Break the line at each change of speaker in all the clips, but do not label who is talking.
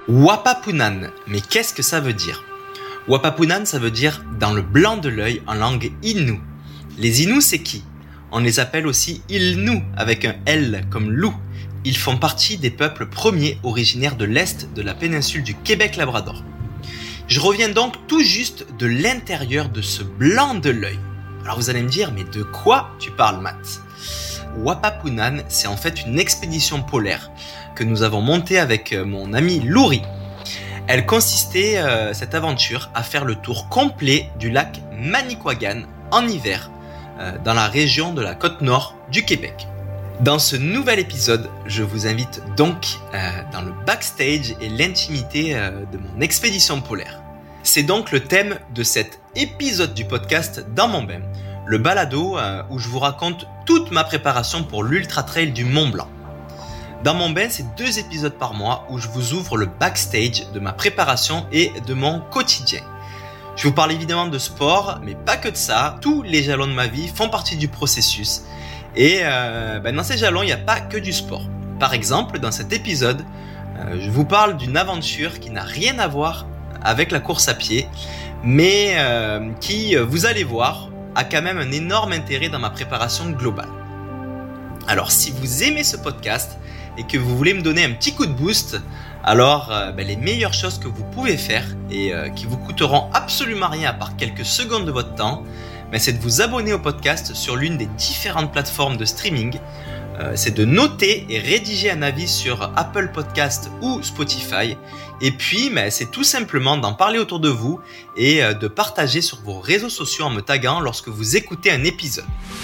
Wapapunan, mais qu'est-ce que ça veut dire ? Wapapunan, ça veut dire dans le blanc de l'œil en langue Innu. Les Innus, c'est qui ? On les appelle aussi Ilnu avec un L comme loup. Ils font partie des peuples premiers originaires de l'Est de la péninsule du Québec-Labrador. Je reviens donc tout juste de l'intérieur de ce blanc de l'œil. Alors vous allez me dire, mais de quoi tu parles, Matt ? Wapapunan, c'est en fait une expédition polaire que nous avons montée avec mon ami Louri. Elle consistait, cette aventure, à faire le tour complet du lac Manicouagan en hiver, dans la région de la côte nord du Québec. Dans ce nouvel épisode, je vous invite donc dans le backstage et l'intimité de mon expédition polaire. C'est donc le thème de cet épisode du podcast Dans mon bain, le balado où je vous raconte toute ma préparation pour l'Ultra Trail du Mont Blanc. Dans mon bain, c'est 2 épisodes par mois où je vous ouvre le backstage de ma préparation et de mon quotidien. Je vous parle évidemment de sport, mais pas que de ça. Tous les jalons de ma vie font partie du processus. Et dans ces jalons, il n'y a pas que du sport. Par exemple, dans cet épisode, je vous parle d'une aventure qui n'a rien à voir avec la course à pied, mais qui, vous allez voir, a quand même un énorme intérêt dans ma préparation globale. Alors, si vous aimez ce podcast et que vous voulez me donner un petit coup de boost, alors les meilleures choses que vous pouvez faire et qui vous coûteront absolument rien à part quelques secondes de votre temps, c'est de vous abonner au podcast sur l'une des différentes plateformes de streaming. C'est de noter et rédiger un avis sur Apple Podcast ou Spotify. Et puis, c'est tout simplement d'en parler autour de vous et de partager sur vos réseaux sociaux en me taguant lorsque vous écoutez un épisode.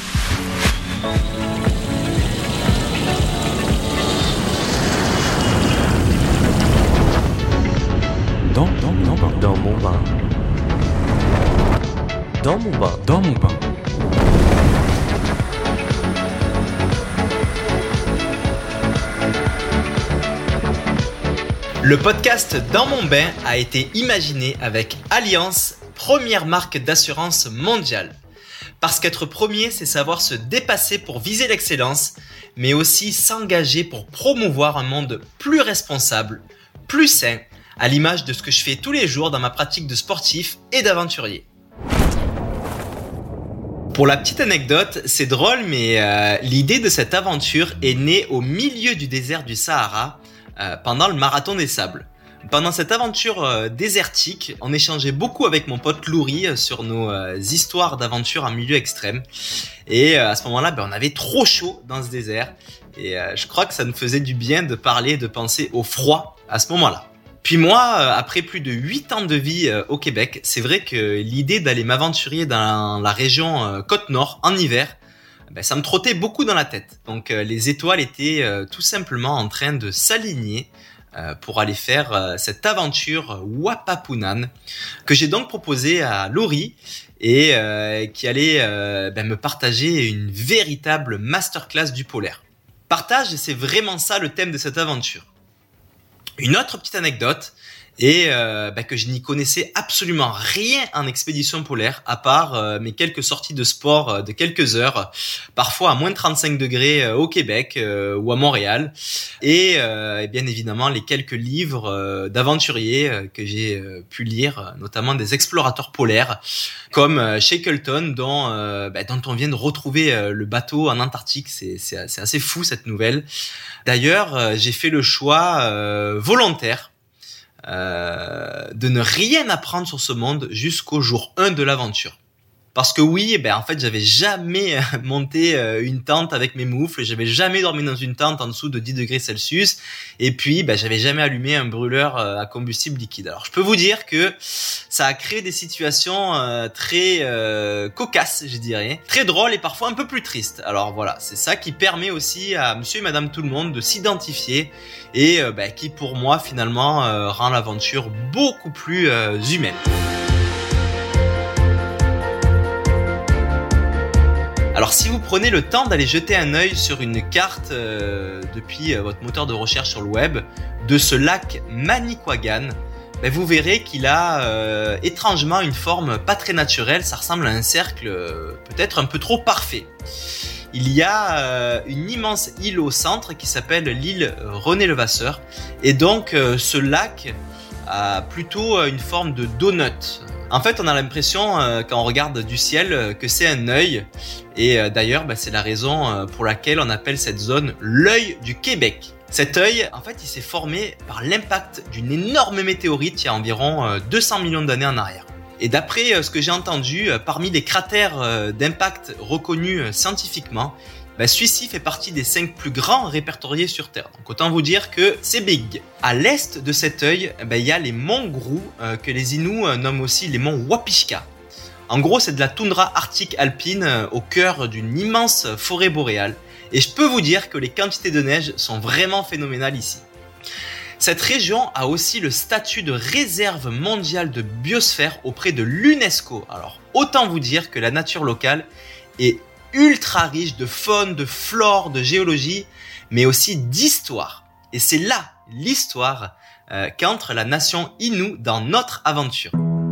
Dans mon bain. Dans mon bain.
Le podcast Dans mon bain a été imaginé avec Allianz, première marque d'assurance mondiale. Parce qu'être premier, c'est savoir se dépasser pour viser l'excellence, mais aussi s'engager pour promouvoir un monde plus responsable, plus sain, à l'image de ce que je fais tous les jours dans ma pratique de sportif et d'aventurier. Pour la petite anecdote, c'est drôle, mais l'idée de cette aventure est née au milieu du désert du Sahara, pendant le marathon des sables. Pendant cette aventure désertique, on échangeait beaucoup avec mon pote Louri sur nos histoires d'aventure en milieu extrême. Et à ce moment-là, on avait trop chaud dans ce désert. Et je crois que ça nous faisait du bien de parler, de penser au froid à ce moment-là. Puis moi, après plus de 8 ans de vie au Québec, c'est vrai que l'idée d'aller m'aventurer dans la région Côte-Nord en hiver, ça me trottait beaucoup dans la tête. Donc les étoiles étaient tout simplement en train de s'aligner pour aller faire cette aventure Wapapunan que j'ai donc proposé à Louri et qui allait me partager une véritable masterclass du polaire. Partage, c'est vraiment ça le thème de cette aventure. Une autre petite anecdote est que je n'y connaissais absolument rien en expédition polaire à part mes quelques sorties de sport de quelques heures, parfois à moins 35 degrés au Québec ou à Montréal, et bien évidemment les quelques livres d'aventuriers que j'ai pu lire, notamment des explorateurs polaires comme Shackleton dont on vient de retrouver le bateau en Antarctique. C'est assez fou cette nouvelle. D'ailleurs, j'ai fait le choix volontaire de ne rien apprendre sur ce monde jusqu'au jour 1 de l'aventure. Parce que oui, en fait, j'avais jamais monté une tente avec mes moufles, j'avais jamais dormi dans une tente en dessous de 10 degrés Celsius, et puis j'avais jamais allumé un brûleur à combustible liquide. Alors je peux vous dire que ça a créé des situations très cocasses, je dirais, très drôles et parfois un peu plus tristes. Alors voilà, c'est ça qui permet aussi à monsieur et madame tout le monde de s'identifier et qui pour moi finalement rend l'aventure beaucoup plus humaine. Alors si vous prenez le temps d'aller jeter un œil sur une carte depuis votre moteur de recherche sur le web de ce lac Manicouagan, vous verrez qu'il a étrangement une forme pas très naturelle, ça ressemble à un cercle peut-être un peu trop parfait. il y a une immense île au centre qui s'appelle l'île René-Levasseur. Et donc ce lac a plutôt une forme de donut. En fait, on a l'impression, quand on regarde du ciel, que c'est un œil. Et d'ailleurs, c'est la raison pour laquelle on appelle cette zone l'œil du Québec. Cet œil, en fait, il s'est formé par l'impact d'une énorme météorite il y a environ 200 millions d'années en arrière. Et d'après ce que j'ai entendu, parmi les cratères d'impact reconnus scientifiquement, celui-ci fait partie des 5 plus grands répertoriés sur Terre. Donc autant vous dire que c'est big. À l'est de cet œil, il y a les monts Grou, que les Inuits nomment aussi les monts Wapishka. En gros, c'est de la toundra arctique alpine au cœur d'une immense forêt boréale. Et je peux vous dire que les quantités de neige sont vraiment phénoménales ici. Cette région a aussi le statut de réserve mondiale de biosphère auprès de l'UNESCO. Alors, autant vous dire que la nature locale est ultra riche de faune, de flore, de géologie, mais aussi d'histoire. Et c'est là l'histoire qu'entre la nation Innu dans notre aventure.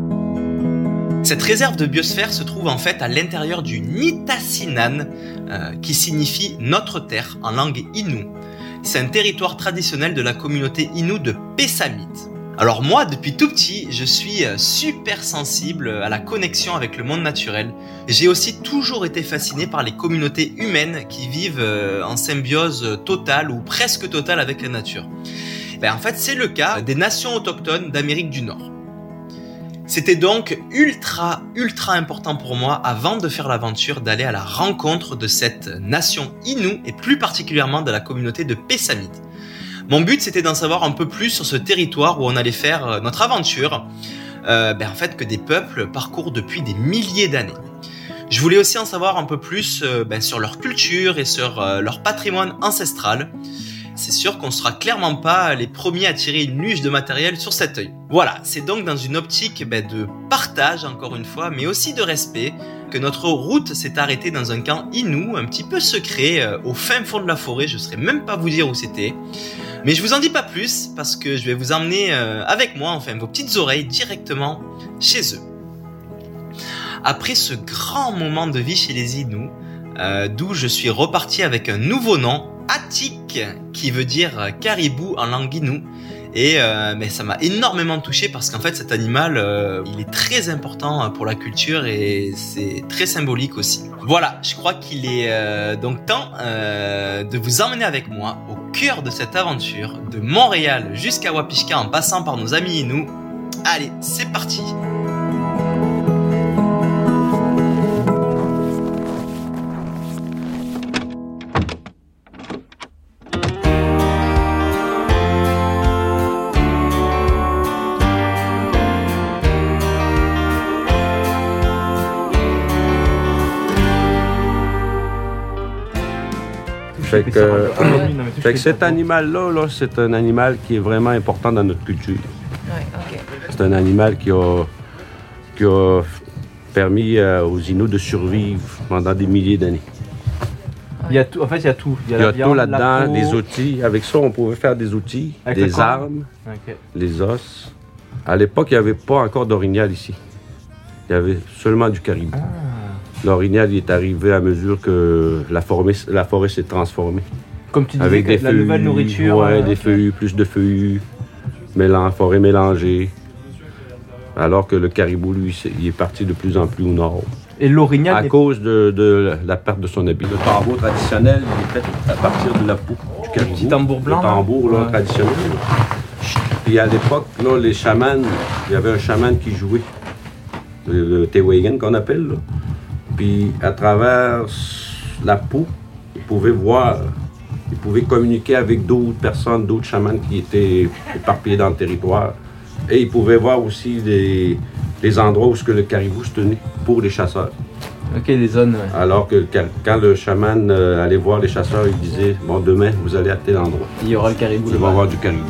Cette réserve de biosphère se trouve en fait à l'intérieur du Nitassinan, qui signifie notre terre en langue Innu. C'est un territoire traditionnel de la communauté Innu de Pessamit. Alors moi, depuis tout petit, je suis super sensible à la connexion avec le monde naturel. J'ai aussi toujours été fasciné par les communautés humaines qui vivent en symbiose totale ou presque totale avec la nature. En fait, c'est le cas des nations autochtones d'Amérique du Nord. C'était donc ultra important pour moi, avant de faire l'aventure, d'aller à la rencontre de cette nation Innu et plus particulièrement de la communauté de Pessamit. Mon but, c'était d'en savoir un peu plus sur ce territoire où on allait faire notre aventure, en fait, que des peuples parcourent depuis des milliers d'années. Je voulais aussi en savoir un peu plus sur leur culture et sur leur patrimoine ancestral. C'est sûr qu'on sera clairement pas les premiers à tirer une luge de matériel sur cet œil. Voilà, c'est donc dans une optique de partage, encore une fois, mais aussi de respect, que notre route s'est arrêtée dans un camp Innu, un petit peu secret, au fin fond de la forêt. Je ne saurais même pas vous dire où c'était. Mais je vous en dis pas plus, parce que je vais vous emmener avec moi, vos petites oreilles, directement chez eux. Après ce grand moment de vie chez les Innu, d'où je suis reparti avec un nouveau nom, Atik, qui veut dire caribou en langue Innu. Et ça m'a énormément touché parce qu'en fait cet animal il est très important pour la culture et c'est très symbolique aussi. Voilà, je crois qu'il est donc temps de vous emmener avec moi au cœur de cette aventure, de Montréal jusqu'à Wapishka en passant par nos amis Innu. Allez, c'est parti!
Fait que cet animal-là, c'est un animal qui est vraiment important dans notre culture.
Ouais, okay.
C'est un animal qui a permis aux Inuits de survivre pendant des milliers d'années.
Il y a tout, en fait, il y a tout.
Il y a tout là-dedans, des outils. Avec ça, on pouvait faire des outils, des armes, les os. À l'époque, il n'y avait pas encore d'orignal ici. Il y avait seulement du caribou. L'orignal est arrivé à mesure que la forêt s'est transformée.
Comme tu disais,
avec des
la nouvelle nourriture.
Ouais, des feuillus, plus de feuillus, forêt mélangée. Alors que le caribou, lui, il est parti de plus en plus au nord.
Et l'orignal
à cause de la perte de son habit. Le tambour traditionnel, il est fait à partir de la peau du caribou.
Le petit tambour blanc.
Le tambour là, traditionnel. Puis à l'époque, là, les chamans, il y avait un chaman qui jouait, le Tewagan qu'on appelle. Là. Puis à travers la peau, il pouvait voir, il pouvait communiquer avec d'autres personnes, d'autres chamans qui étaient éparpillés dans le territoire. Et il pouvait voir aussi les endroits où le caribou se tenait pour les chasseurs.
Ok, les zones. Ouais.
Alors que quand le chaman allait voir les chasseurs, il disait « Bon, demain, vous allez à tel endroit. »
Il y aura le caribou.
Il va y avoir du caribou.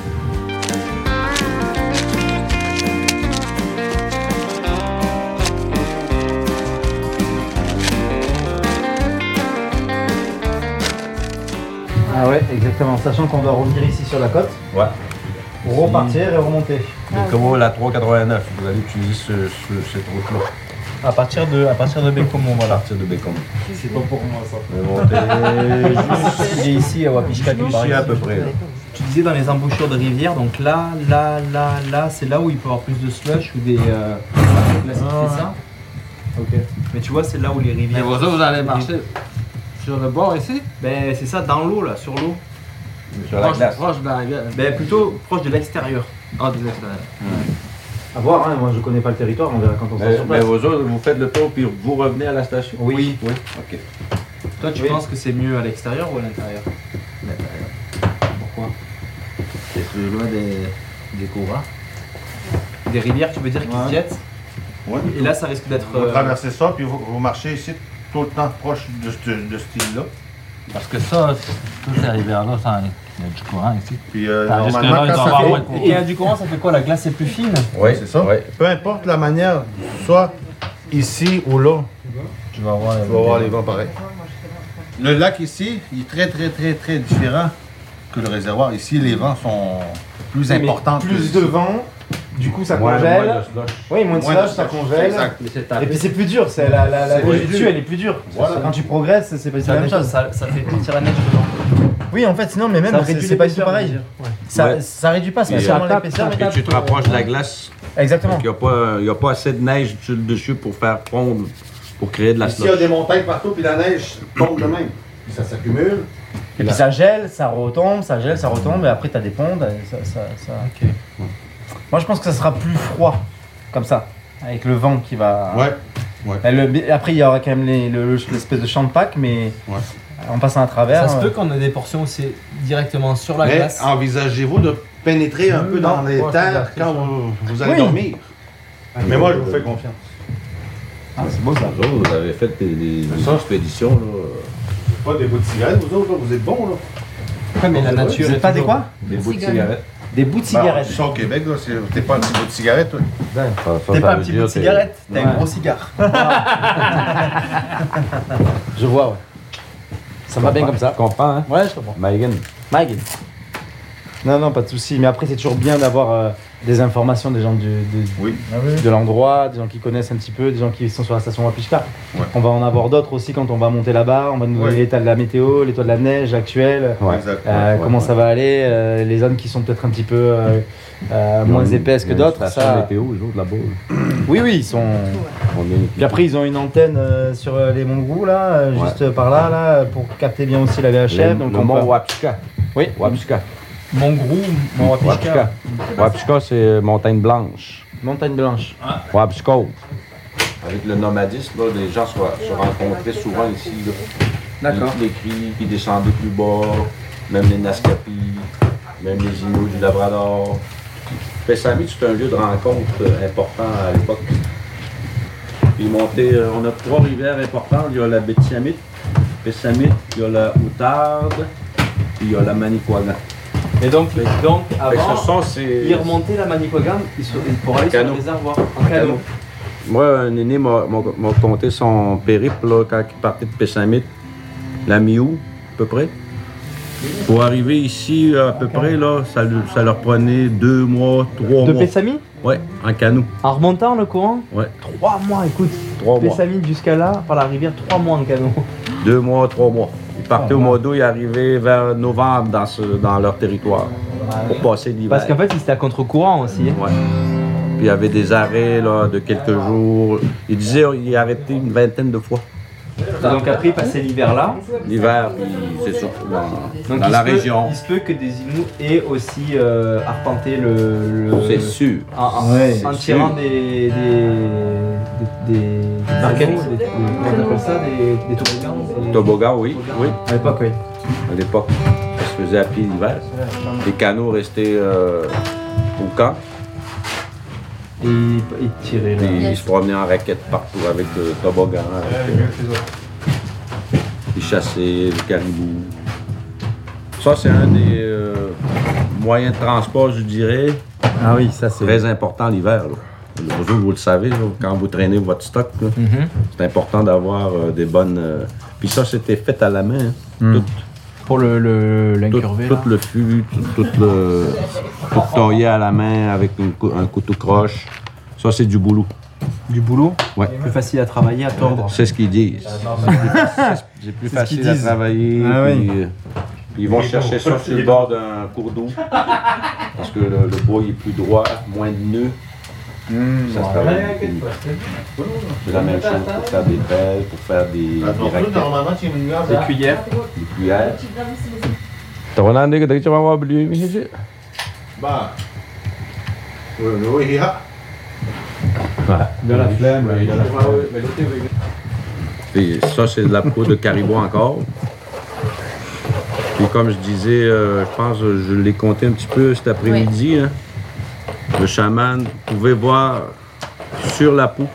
Ah ouais, exactement. Sachant qu'on doit revenir ici sur la côte.
Ouais.
Pour repartir et remonter.
Mais comme la 389, vous allez utiliser cette route-là.
À partir de Bécomont, voilà.
À partir de Bécomont.
C'est pas pour moi ça.
Il est ici à Wapishka,
Ici à peu près. Là.
Tu disais dans les embouchures de rivière, donc là, c'est là où il peut y avoir plus de slush ou des. C'est ça. Ok. Mais tu vois, c'est là où les
Mais
rivières.
vous allez marcher sur le bord ici?
Ben c'est ça, dans l'eau là, sur l'eau.
Sur la glace.
Proche de la gueule.
Ben plutôt proche de l'extérieur.
Ah, de l'extérieur.
À voir, hein, moi je connais pas le territoire, on verra quand on sera sur
Mais
place.
vous autres, vous faites le tour puis vous revenez à la station.
Oui.
Oui. Ok.
Toi, tu penses que c'est mieux à l'extérieur ou à l'intérieur? Pourquoi?
C'est plus loin des courants.
Des rivières, tu veux dire, qui se jettent?
Ouais.
Et là, ça risque d'être.
Vous traversez ça, puis vous marchez ici tout le temps proche de ce style-là.
Parce que ça, toutes ces rivières-là, il y a du courant ici.
Puis
Ah, jusque-là,
normalement,
il doit
quand
y
ça
avoir
fait...
moins de courant.
Et il y a du courant, ça fait quoi? La glace est plus fine?
Oui,
c'est ça.
Oui.
Peu importe la manière, soit ici ou là,
Tu vas voir.
tu vas voir les vents pareils. Le lac ici, il est très différent que le réservoir. Ici, les vents sont plus importants.
Plus de vent, du coup ça
Moins
congèle.
de slush.
Oui, moins de
Moins de
slush, ça
slush,
congèle.
exact.
Et puis c'est plus dur, c'est la
C'est
neige
plus
dessus
dur.
elle est plus dure.
Voilà.
Quand tu progresses, c'est pas la même chose.
Ça fait partir la neige dedans.
Oui, en fait, sinon, mais même
Ça réduit
c'est pas du tout
l'épaisseur,
pareil.
je veux dire.
Ça,
Ouais.
ça réduit pas
Puis,
spécialement
tape,
l'épaisseur.
Puis tu te rapproches de la glace.
Exactement.
Il n'y a pas assez de neige sur le dessus pour faire fondre, pour créer de la
Ici, il y a
slush.
des montagnes partout, puis la neige tombe de même. Puis ça s'accumule.
Et puis ça gèle, ça retombe, ça gèle, ça retombe, et après t'as des ponts.
Ok.
Moi je pense que ça sera plus froid, comme ça, avec le vent qui va.
Ouais.
Et après il y aura quand même l'espèce de champ de Pâques, mais
Ouais.
en passant à travers.
Ça se peut qu'on ait des portions où c'est directement sur la
Mais
glace.
envisagez-vous de pénétrer un peu dans les terres quand vous allez
Oui.
dormir. Mais moi, je vous fais confiance.
Ah, c'est beau ça.
Vous autres, vous avez fait des
Ça.
expéditions. Là.
Pas des bouts de cigarettes, vous autres, là, vous êtes bons, là.
Ouais, mais la
Vous
nature.
êtes pas des quoi?
Des bouts de cigarettes.
Des bouts de cigarettes.
Ça, au Québec, là, t'es pas un petit bout de cigarette, toi.
T'es pas un petit bout de cigarette, t'es un gros cigare. Je vois, ouais. Ça va bien comme ça.
Tu comprends, hein?
Ouais, je comprends.
Megan.
Mike. Non, non, pas de souci. Mais après, c'est toujours bien d'avoir des informations des gens
Oui.
de l'endroit, des gens qui connaissent un petit peu, des gens qui sont sur la station Wapishka.
Ouais.
On va en avoir d'autres aussi quand on va monter là-bas. On va nous donner
Ouais.
l'état de la météo, l'état de la neige actuelle,
Ouais.
Exact.
comment ça va aller, les zones qui sont peut-être un petit peu moins épaisses que d'autres. Ça...
météo, les autres là-bas.
Oui, oui, ils sont.
On est
Puis après, ils ont une antenne sur les Mongrous, là, juste par là, pour capter bien aussi la VHF. Donc
le
on
mont
peut-
Wapishka.
Oui.
Wapishka.
Mongrou, Mont Wapishka.
Wapishka. Wapishka, c'est montagne blanche.
Montagne Blanche.
Wapishka. Avec le nomadisme, là, les gens se rencontraient souvent ici. Là.
D'accord.
Les cris qui descendaient plus bas, même les Naskapis, même les Inuits du Labrador. Pessamit, c'est un lieu de rencontre important à l'époque. Puis on a 3 rivières importantes. Il y a la Bétiamite, Pessamit, il y a la Outarde, puis il y a la Manicouagan.
Et donc
Fait que
avant,
ce sont ces...
ils remontaient la Manicouagan pour aller sur
Canot.
le réservoir en canot.
Moi, un aîné m'a conté son périple là, quand il partait de Pessamit, la mi-août, à peu près. Pour arriver ici, à peu près, là, ça leur prenait 2 mois, 3
De
mois.
Pessami
Ouais, en canot.
En remontant le courant
Ouais,
3 mois, écoute.
3 mois.
Pessami jusqu'à là, par la rivière, 3 mois en canot.
2 mois, 3 mois. Ils partaient
Oh,
au
wow.
mois d'août, ils arrivaient vers novembre dans leur territoire pour passer l'hiver.
Parce qu'en fait, c'était à contre-courant aussi. hein.
Ouais. Puis il y avait des arrêts là, de quelques jours. Ils disaient qu'ils arrêtaient une vingtaine de fois.
Donc après, ils passaient l'hiver là.
L'hiver, puis c'est ça,
Donc
dans
il
la
se peut-
région.
Il se peut que des Inuits aient aussi arpenté le.
C'est sûr.
Ouais.
En tirant des barquettes, comment on appelle ça, des toboggans.
Toboggan, oui, oui.
À l'époque, oui.
À l'époque, ça se faisait à pied l'hiver. Les canaux restaient au camp.
Et ils tiraient
Puis
là.
ils se promenaient en raquette partout avec le toboggan. Ils chassaient les caribous. Ça, c'est un des moyens de transport, je dirais,
Ah oui, ça c'est.
très important l'hiver. là. Vous le savez, là, quand vous traînez votre stock, là, c'est important d'avoir des bonnes... Puis ça, c'était fait à la main. Hein. Tout,
Pour l'incurvé.
tout le fût, tout taillé à la main avec un couteau croche. Ça, c'est du boulot.
Du boulot.
Ouais.
Plus facile à travailler, à tordre.
C'est ce qu'ils disent. C'est plus
C'est ce qu'ils
facile à
disent.
travailler.
Ah
puis, ils vont chercher ça sur le bord d'un cours d'eau. Parce que le bois il est plus droit, moins de nœuds. Ça se travaille beaucoup. C'est la même chose pour faire des pelles, pour faire des raquettes,
Des cuillères.
des cuillères. T'as regardé que tu vas avoir oublié, Michel?
De la flemme.
Puis ça, c'est de la peau de caribou encore. Puis comme je disais, je pense, je l'ai compté un petit peu cet après-midi, hein. Le chaman pouvait voir sur la peau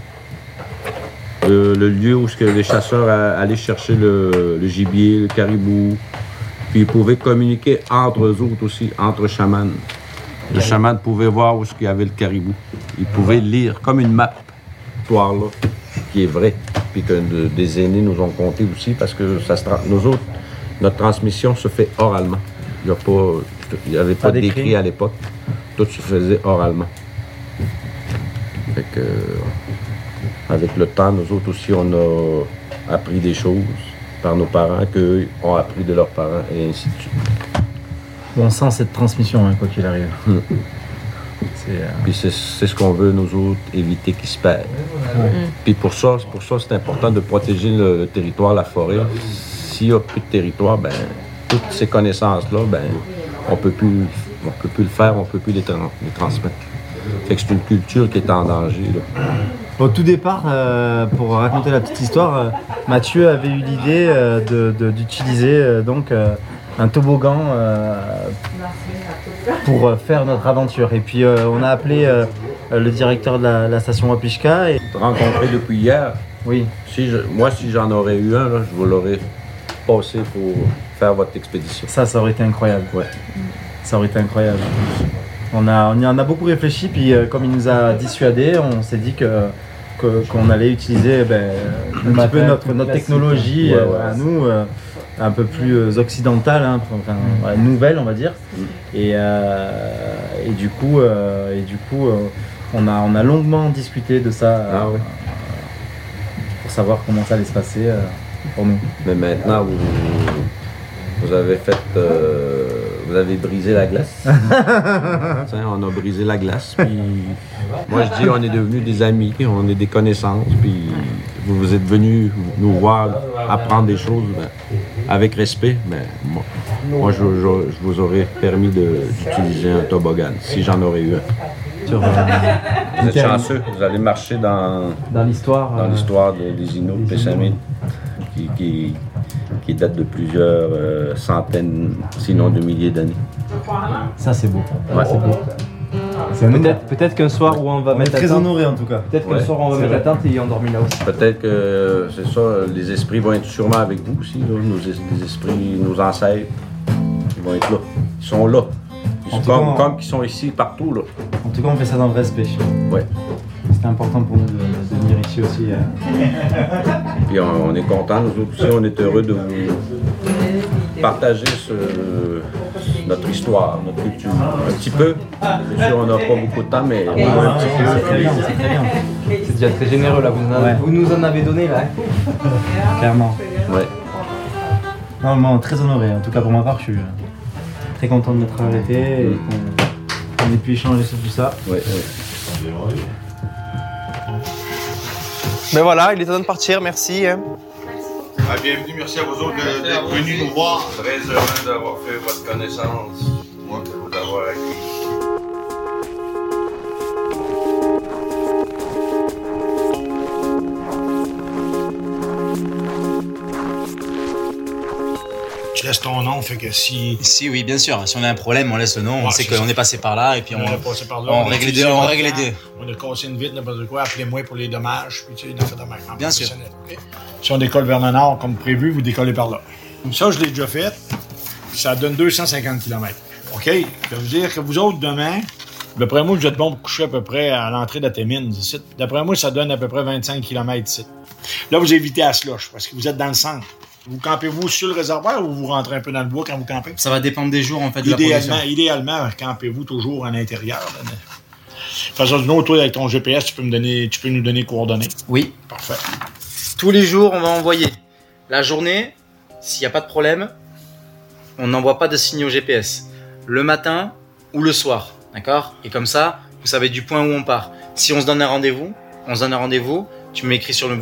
le lieu où les chasseurs allaient chercher le gibier, le caribou. Puis ils pouvaient communiquer entre eux autres aussi, entre chamans. Le chaman pouvait voir où il y avait le caribou. Il pouvait lire comme une map, cette histoire-là, qui est vraie. Puis que des aînés nous ont conté aussi, parce que nous autres, notre transmission se fait oralement. Il n'y avait pas d'écrit à l'époque. Tout se faisait oralement. Fait que, avec le temps, nous autres aussi, on a appris des choses par nos parents qu'eux ont appris de leurs parents, et ainsi de suite.
On sent cette transmission, hein, quoi qu'il arrive.
Puis c'est ce qu'on veut, nous autres, éviter qu'ils se perdent. Puis pour ça, c'est important de protéger le territoire, la forêt. S'il n'y a plus de territoire, ben toutes ces connaissances-là, ben on peut plus le faire, on peut plus les transmettre. Fait que c'est une culture qui est en danger, là.
Au tout départ, pour raconter la petite histoire, Mathieu avait eu l'idée d'utiliser donc un toboggan pour faire notre aventure. Et puis on a appelé le directeur de la station Wapishka. Et...
Rencontré depuis hier,
oui.
si j'en aurais eu un, là, je vous l'aurais passé pour faire votre expédition.
Ça aurait été incroyable.
Ouais.
Ça aurait été incroyable. On y en a beaucoup réfléchi, puis comme il nous a dissuadés, on s'est dit qu'on allait utiliser un petit peu notre technologie à nous, un peu plus occidentale, hein, nouvelle on va dire. Et du coup, on a longuement discuté de ça pour savoir comment ça allait se passer pour nous.
Mais maintenant, vous avez fait... vous avez brisé la glace. Tiens, on a brisé la glace. Puis moi, je dis, on est devenus des amis, on est des connaissances. Puis vous êtes venus nous voir apprendre des choses avec respect. Mais moi je vous aurais permis d'utiliser un toboggan, si j'en aurais eu un. Vous êtes chanceux, vous allez marcher dans l'histoire des Inuits de Pessamit, qui date de plusieurs centaines, sinon de milliers d'années.
Ça, c'est beau.
Ouais.
C'est beau. Peut-être qu'un soir où on va mettre
très honorés en tout cas.
Peut-être qu'un soir où on va mettre la tente et y endormir là aussi.
Peut-être que c'est ça, les esprits vont être sûrement avec vous aussi, là, les esprits, nos ancêtres, ils vont être là. Ils sont là. Ils sont comme qu'ils sont ici partout, là.
En tout cas, on fait ça dans le respect.
Ouais.
C'était important pour nous de venir ici aussi.
Puis on est contents, nous autres aussi, on est heureux de vous partager notre histoire, notre culture. Un petit peu. Bien sûr, on n'a pas beaucoup de temps, mais un petit peu.
C'est très bien. C'est déjà très généreux là, vous nous en avez donné là. Clairement.
Ouais.
Non, très honoré. En tout cas, pour ma part, je suis très content de m'être arrêté et qu'on ait pu échanger sur tout ça.
Ouais.
Mais voilà, il est temps de partir, merci.
Bienvenue, merci à vous autres d'être venus nous voir.
Très heureux d'avoir fait votre connaissance, de vous avoir accueilli.
Tu laisses ton nom, fait que si...
Si, oui, bien sûr. Si on a un problème, on laisse le nom. On sait qu'on est passé par là et puis
on est passé par là,
on règle les deux.
On a cassé une vitre, n'importe quoi. Appelez-moi pour les dommages. Puis tu sais, dans fait dommage.
Bien sûr.
Okay? Si on décolle vers le nord, comme prévu, vous décollez par là. Ça, je l'ai déjà fait. Ça donne 250 km. OK? Ça veut dire que vous autres, demain, d'après moi, vous êtes bon pour coucher à peu près à l'entrée de la Témine. D'après moi, ça donne à peu près 25 km ici. Là, vous évitez à slush parce que vous êtes dans le centre. Vous campez-vous sur le réservoir ou vous rentrez un peu dans le bois quand vous campez?
Ça va dépendre des jours, en fait, de la production.
Idéalement, campez-vous toujours à l'intérieur. De façon d'une autre, toi, avec ton GPS, tu peux nous donner coordonnées.
Oui.
Parfait.
Tous les jours, on va envoyer. La journée, s'il n'y a pas de problème, on n'envoie pas de signaux GPS. Le matin ou le soir, d'accord? Et comme ça, vous savez du point où on part. Si on se donne un rendez-vous, vous m'écrivez sur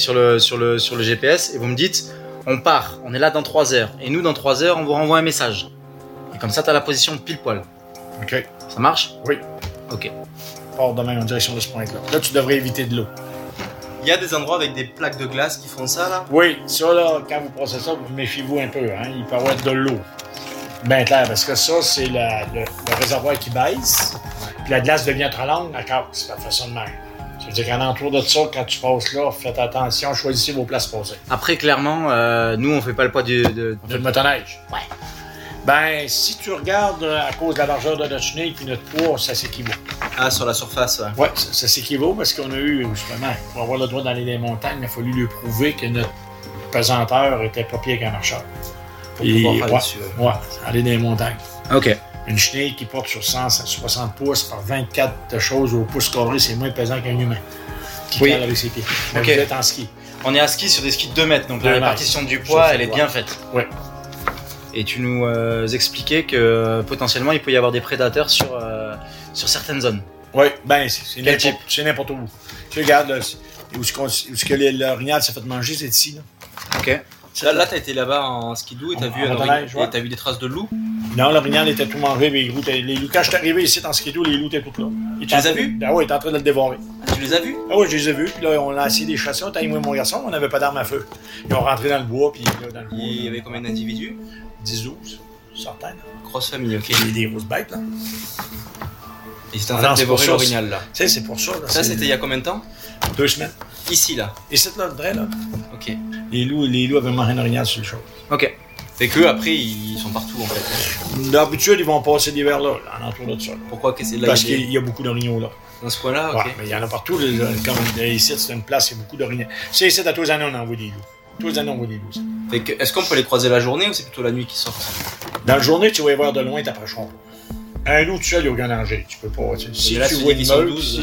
le GPS et vous me dites, on part, on est là dans 3 heures. Et nous, dans 3 heures, on vous renvoie un message. Et comme ça, tu as la position pile poil.
OK.
Ça marche?
Oui.
OK.
Pars demain en direction de ce point-là. Là, tu devrais éviter de l'eau.
Il y a des endroits avec des plaques de glace qui font ça, là?
Oui, ça, là, quand vous passez ça, méfiez-vous un peu. Hein? Il peut y avoir de l'eau. Bien clair, parce que ça, c'est le réservoir qui baisse. Puis la glace devient trop longue, elle casse. C'est la façon de même. Ça veut dire qu'en entour de ça, quand tu passes là, faites attention, choisissez vos places passées.
Après, clairement, nous, on fait pas le poids
De motoneige.
Ouais.
Ben, si tu regardes à cause de la largeur de notre chenille puis notre poids, ça s'équivaut.
Ah, sur la surface, ouais.
Ouais, ça s'équivaut parce qu'on a eu, justement, pour avoir le droit d'aller dans les montagnes, il a fallu lui prouver que notre pesanteur était pas pire qu'un marcheur.
Pour pouvoir aller dessus.
Ouais, aller dans les montagnes.
OK.
Une chenille qui porte sur 100 à 60 pouces par 24 de choses au pouce carré, c'est moins pesant qu'un humain qui cale avec ses pieds. Mais
OK.
Vous êtes en ski.
On est à ski sur des skis de 2 mètres, donc
2
la
mètres.
répartition du poids,
Ça,
elle est
ouais.
bien faite.
Ouais.
Et tu nous expliquais que potentiellement, il peut y avoir des prédateurs sur certaines zones.
Oui, ben, c'est
Quel type?
C'est n'importe où. Tu regardes, là, où est-ce que l'orignal s'est fait manger, c'est ici, là.
OK.
Là, t'as été là-bas en skidoo et t'as vu,
motoneige, ouais.
t'as vu des traces de loups?
Non, l'orignal était tout mangé, mais les loups, quand je suis arrivé ici en skidoo, les loups étaient tous là.
Tu les as vus?
Ah oui, il était en train de le dévorer.
Ah, tu les as vus?
Ah oui, je les ai vus, puis là, on a essayé de les chasser, on moi et mon garçon, on n'avait pas d'armes à feu. Ils ont rentré dans le bois, puis là, dans le bois.
Il y avait combien d'individus?
10-12, certains.
Grosse famille, ok.
Il y a des grosses bêtes, là.
Ils étaient en
Ah
train
non,
de
c'est pour
dévorer
ça,
l'orignal, là.
Tu sais, c'est pour ça, là.
Ça, c'était il y a combien de temps?
2 semaines.
Ici, là.
Et c'est là, le vrai, là.
Ok.
Les loups avaient mangé un orignal sur le show.
OK.
Fait qu'eux, après, ils sont partout, en fait.
D'habitude, ils vont passer l'hiver là, en entour de ça. Là.
Pourquoi que c'est là?
Parce qu'il y a beaucoup d'orignaux là.
Dans ce coin-là, ok.
Ouais, mais il y en a partout. Comme ici, c'est une place, il y a beaucoup d'orignaux. C'est ici, à tous les années, on envoie des loups. Tous les années, on voit des loups. Ça.
Fait que, est-ce qu'on peut les croiser la journée ou c'est plutôt la nuit qu'ils sortent?
Dans la journée, tu vas les voir de loin, t'approcheront pas. Un loup tout seul, il n'y a aucun danger. Tu peux pas. Si
là,
tu
tu
vois
dis
une
qu'ils sont
meute,
12.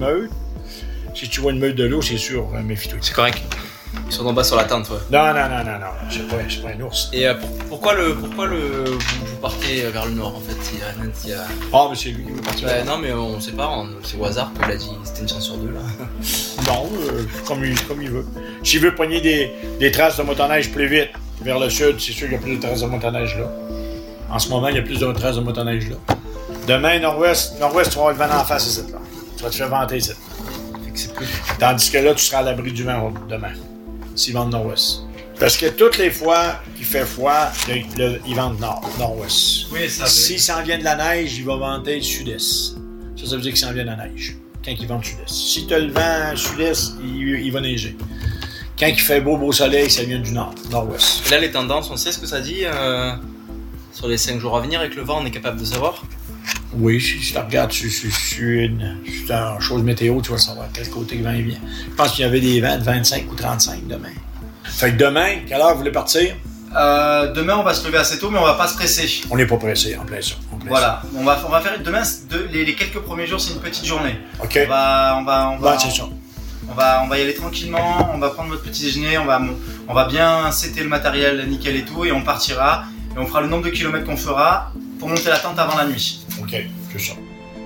si tu vois une meute de loup, c'est sûr, méfie-toi.
C'est correct. Ils sont en bas sur la tente, ouais.
Non. C'est pas un ours.
Et pourquoi vous partez vers le nord, en fait?
Ah, mais c'est lui qui veut partir.
Non, mais on sait pas, c'est au hasard qu'il a dit, c'était une chance sur 2, là.
Non, comme il veut. S'il veut poigner des traces de motoneige plus vite vers le sud, c'est sûr qu'il y a plus de traces de motoneige là. En ce moment, il y a plus de traces de motoneige là. Demain, nord-ouest, tu vas avoir le vent en face ici, là. Tu vas te faire vanter ici.
Fait que c'est plus...
Tandis que là, tu seras à l'abri du vent demain, s'il vente nord-ouest. Parce que toutes les fois qu'il fait froid, il vente nord-ouest.
Oui, ça
S'il s'en vient de la neige, il va venter sud-est. Ça veut dire qu'il s'en vient de la neige. Quand il vente sud-est. Si tu as le vent sud-est, il va neiger. Quand il fait beau soleil, ça vient du nord, nord-ouest.
Et là, les tendances, on sait ce que ça dit sur les 5 jours à venir avec le vent, on est capable de savoir?
Oui, si tu regardes sur une chose météo, tu vas savoir quel côté le vent il vient. Je pense qu'il y avait des vents de 25 ou 35 demain. Fait que demain, quelle heure vous voulez partir?
Demain, on va se lever assez tôt, mais on va pas se presser.
On n'est pas pressé, en plein ça.
Voilà, on va faire demain, les quelques premiers jours, c'est une petite journée.
OK.
On va,
c'est ça.
on va y aller tranquillement, on va prendre notre petit déjeuner, on va bien setter le matériel nickel et tout, et on partira, et on fera le nombre de kilomètres qu'on fera pour monter la tente avant la nuit.
OK, c'est ça.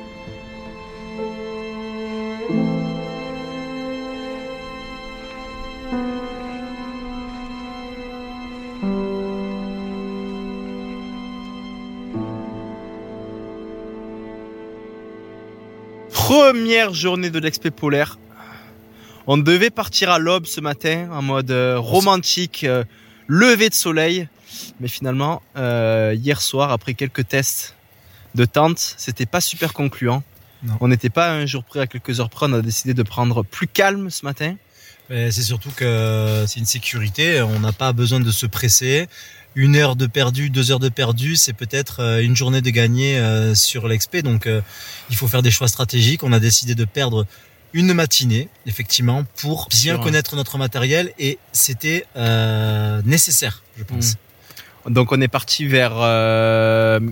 Première journée de l'expé polaire. On devait partir à l'aube ce matin en mode romantique, lever de soleil. Mais finalement, hier soir, après quelques tests de tente, c'était pas super concluant.
Non.
On n'était pas un jour près, à quelques heures près. On a décidé de prendre plus calme ce matin.
Mais c'est surtout que c'est une sécurité. On n'a pas besoin de se presser. 1 heure de perdu, 2 heures de perdu, c'est peut-être une journée de gagné sur l'expé. Donc, il faut faire des choix stratégiques. On a décidé de perdre une matinée, effectivement, pour bien connaître notre matériel. Et c'était nécessaire, je pense.
Donc, on est parti vers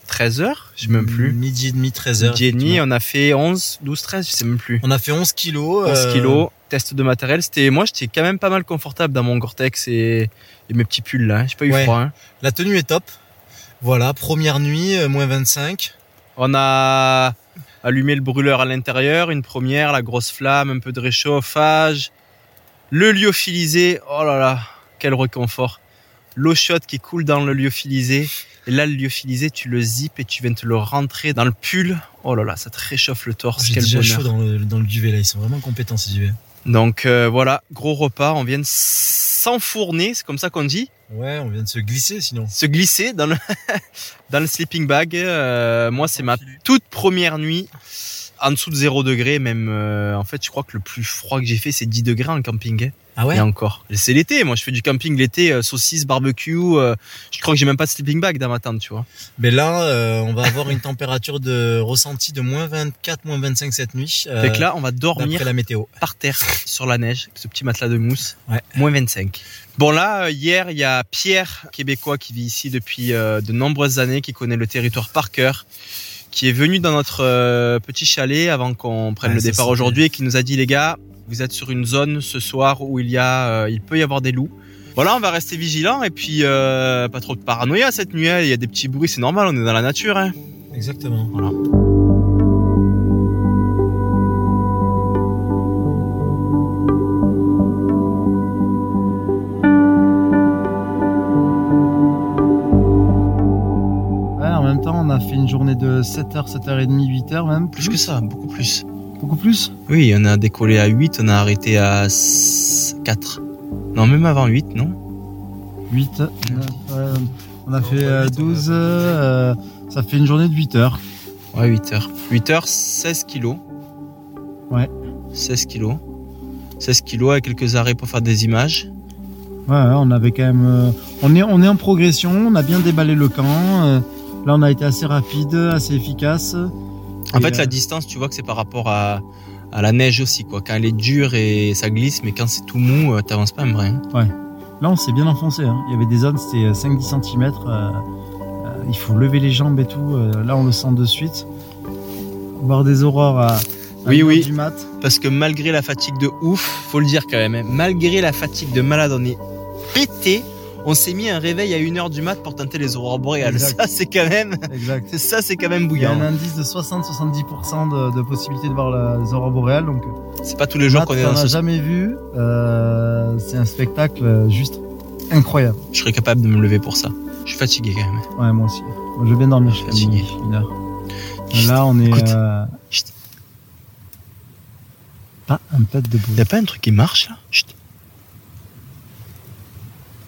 13h, je sais même plus.
Midi et demi, 13h.
Midi et demi, on a fait 11, 12, 13, je sais même plus.
On a fait 11 kilos.
11 kilos, test de matériel. Moi, j'étais quand même pas mal confortable dans mon Gore-Tex et mes petits pulls là. J'ai pas eu froid. Hein.
La tenue est top. Voilà, première nuit, moins 25.
On a allumé le brûleur à l'intérieur, une première, la grosse flamme, un peu de réchauffage. Le lyophilisé, oh là là, quel réconfort. L'eau chaude qui coule dans le lyophilisé. Et là, le lyophilisé, tu le zippes et tu viens te le rentrer dans le pull. Oh là là, ça te réchauffe le torse.
J'ai
quel
déjà
bonheur.
chaud dans le duvet là, ils sont vraiment compétents ces duvets.
Donc voilà, gros repas, on vient de s'enfourner, c'est comme ça qu'on dit.
Ouais, on vient de se glisser sinon.
Se glisser dans le dans le sleeping bag. Moi, c'est ma toute première nuit en dessous de 0 degré. Même en fait, je crois que le plus froid que j'ai fait, c'est 10 degrés en camping. Hein.
Ah ouais.
Et encore. C'est l'été. Moi, je fais du camping l'été, saucisses, barbecue. Je crois que j'ai même pas de sleeping bag dans ma tente, tu vois.
Mais là, on va avoir une température de ressenti de moins 24, moins 25 cette nuit.
Fait que là, on va dormir
d'après la météo.
Par terre sur la neige, avec ce petit matelas de mousse.
Ouais.
Moins 25. Bon là, hier, il y a Pierre, québécois, qui vit ici depuis de nombreuses années, qui connaît le territoire par cœur, qui est venu dans notre petit chalet avant qu'on prenne le départ aujourd'hui et qui nous a dit, les gars, vous êtes sur une zone ce soir où il peut y avoir des loups. Voilà, on va rester vigilants et puis pas trop de paranoïa cette nuit. Il y a des petits bruits, c'est normal, on est dans la nature. Hein.
Exactement.
Voilà.
En même temps, on a fait une journée de 7h, 7h30, 8h même.
Plus que ça, beaucoup plus.
Beaucoup plus ?
Oui, on a décollé à 8, on a arrêté à 4. Non, même avant 8, non ?
8, on a fait 12, ça fait une journée de 8h.
Ouais, 8h. 8h, 16 kilos.
Ouais.
16 kilos. 16 kilos avec quelques arrêts pour faire des images.
Ouais, on avait quand même... on est en progression, on a bien déballé le camp. Là, on a été assez rapide, assez efficace.
En fait, la distance, tu vois que c'est par rapport à la neige aussi, quoi. Quand elle est dure et ça glisse, mais quand c'est tout mou, t'avances pas un brin.
Ouais. Là, on s'est bien enfoncé. Hein. Il y avait des zones, c'était 5-10 cm. Il faut lever les jambes et tout. Là, on le sent de suite. Voir des aurores à
oui,
du mat.
Parce que malgré la fatigue de ouf, faut le dire quand même, hein, malgré la fatigue de malade, on est pété. On s'est mis un réveil à 1h du mat pour tenter les aurores boréales. Exact. Ça, c'est quand même...
Exact.
Ça, c'est quand même bouillant.
Il y a un indice de 60-70% de possibilité de voir les aurores boréales. Donc,
c'est pas tous les jours qu'on est dans ce...
On n'a jamais vu. C'est un spectacle juste incroyable.
Je serais capable de me lever pour ça. Je suis fatigué quand même.
Ouais, moi aussi. Moi, je veux bien dormir. Je suis
fatigué.
1h. Là, on est...
Écoute.
Pas un pet de bruit.
Y'a pas un truc qui marche là ? Chut. Non ?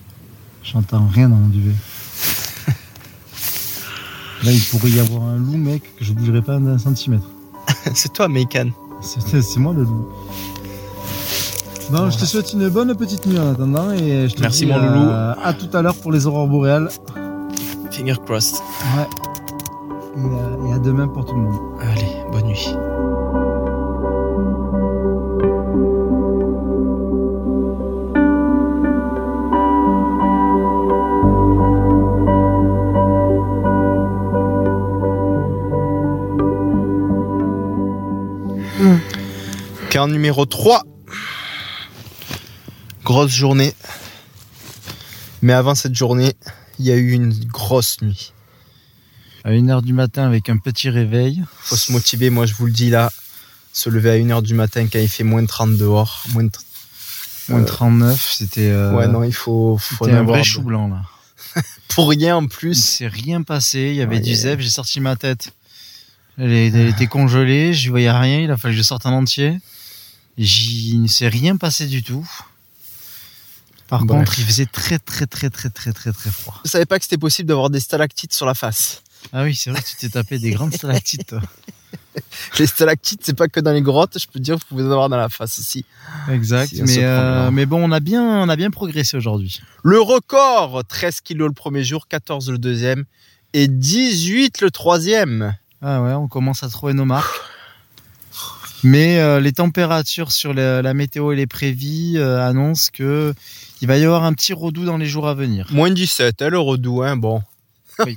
J'entends rien dans mon duvet. Là, il pourrait y avoir un loup, mec, que je bougerai pas d'un centimètre.
C'est toi, Meikan.
C'est moi le loup. Bon, je te souhaite une bonne petite nuit en attendant et je te
Merci
dis
mon loulou.
À tout à l'heure pour les aurores boréales.
Finger crossed.
Ouais. Et à demain pour tout le monde.
Allez, bonne nuit. Camp numéro 3. Grosse journée. Mais avant cette journée, il y a eu une grosse nuit.
À 1h du matin avec un petit réveil.
Faut se motiver, moi je vous le dis là. Se lever à 1h du matin quand il fait moins 30 dehors. Moins
39, c'était...
ouais, non, il faut
c'était un vrai chou blanc là.
Pour rien en plus.
Il s'est rien passé, il y avait du zèbre, j'ai sorti ma tête. Elle était congelée, je voyais rien, il a fallu que je sorte en entier. Il ne s'est rien passé du tout. Par contre, il faisait très froid.
Je savais pas que c'était possible d'avoir des stalactites sur la face.
Ah oui, c'est vrai que tu t'es tapé des grandes stalactites, toi.
Les stalactites, c'est pas que dans les grottes, je peux te dire, vous pouvez en avoir dans la face aussi.
Exact, si mais bon, on a bien progressé aujourd'hui.
Le record, 13 kilos le premier jour, 14 le deuxième et 18 le troisième.
Ah ouais, on commence à trouver nos marques. Mais les températures sur la météo et les prévis annoncent que il va y avoir un petit redout dans les jours à venir.
Moins 17, hein, le redout, hein, bon.
Oui.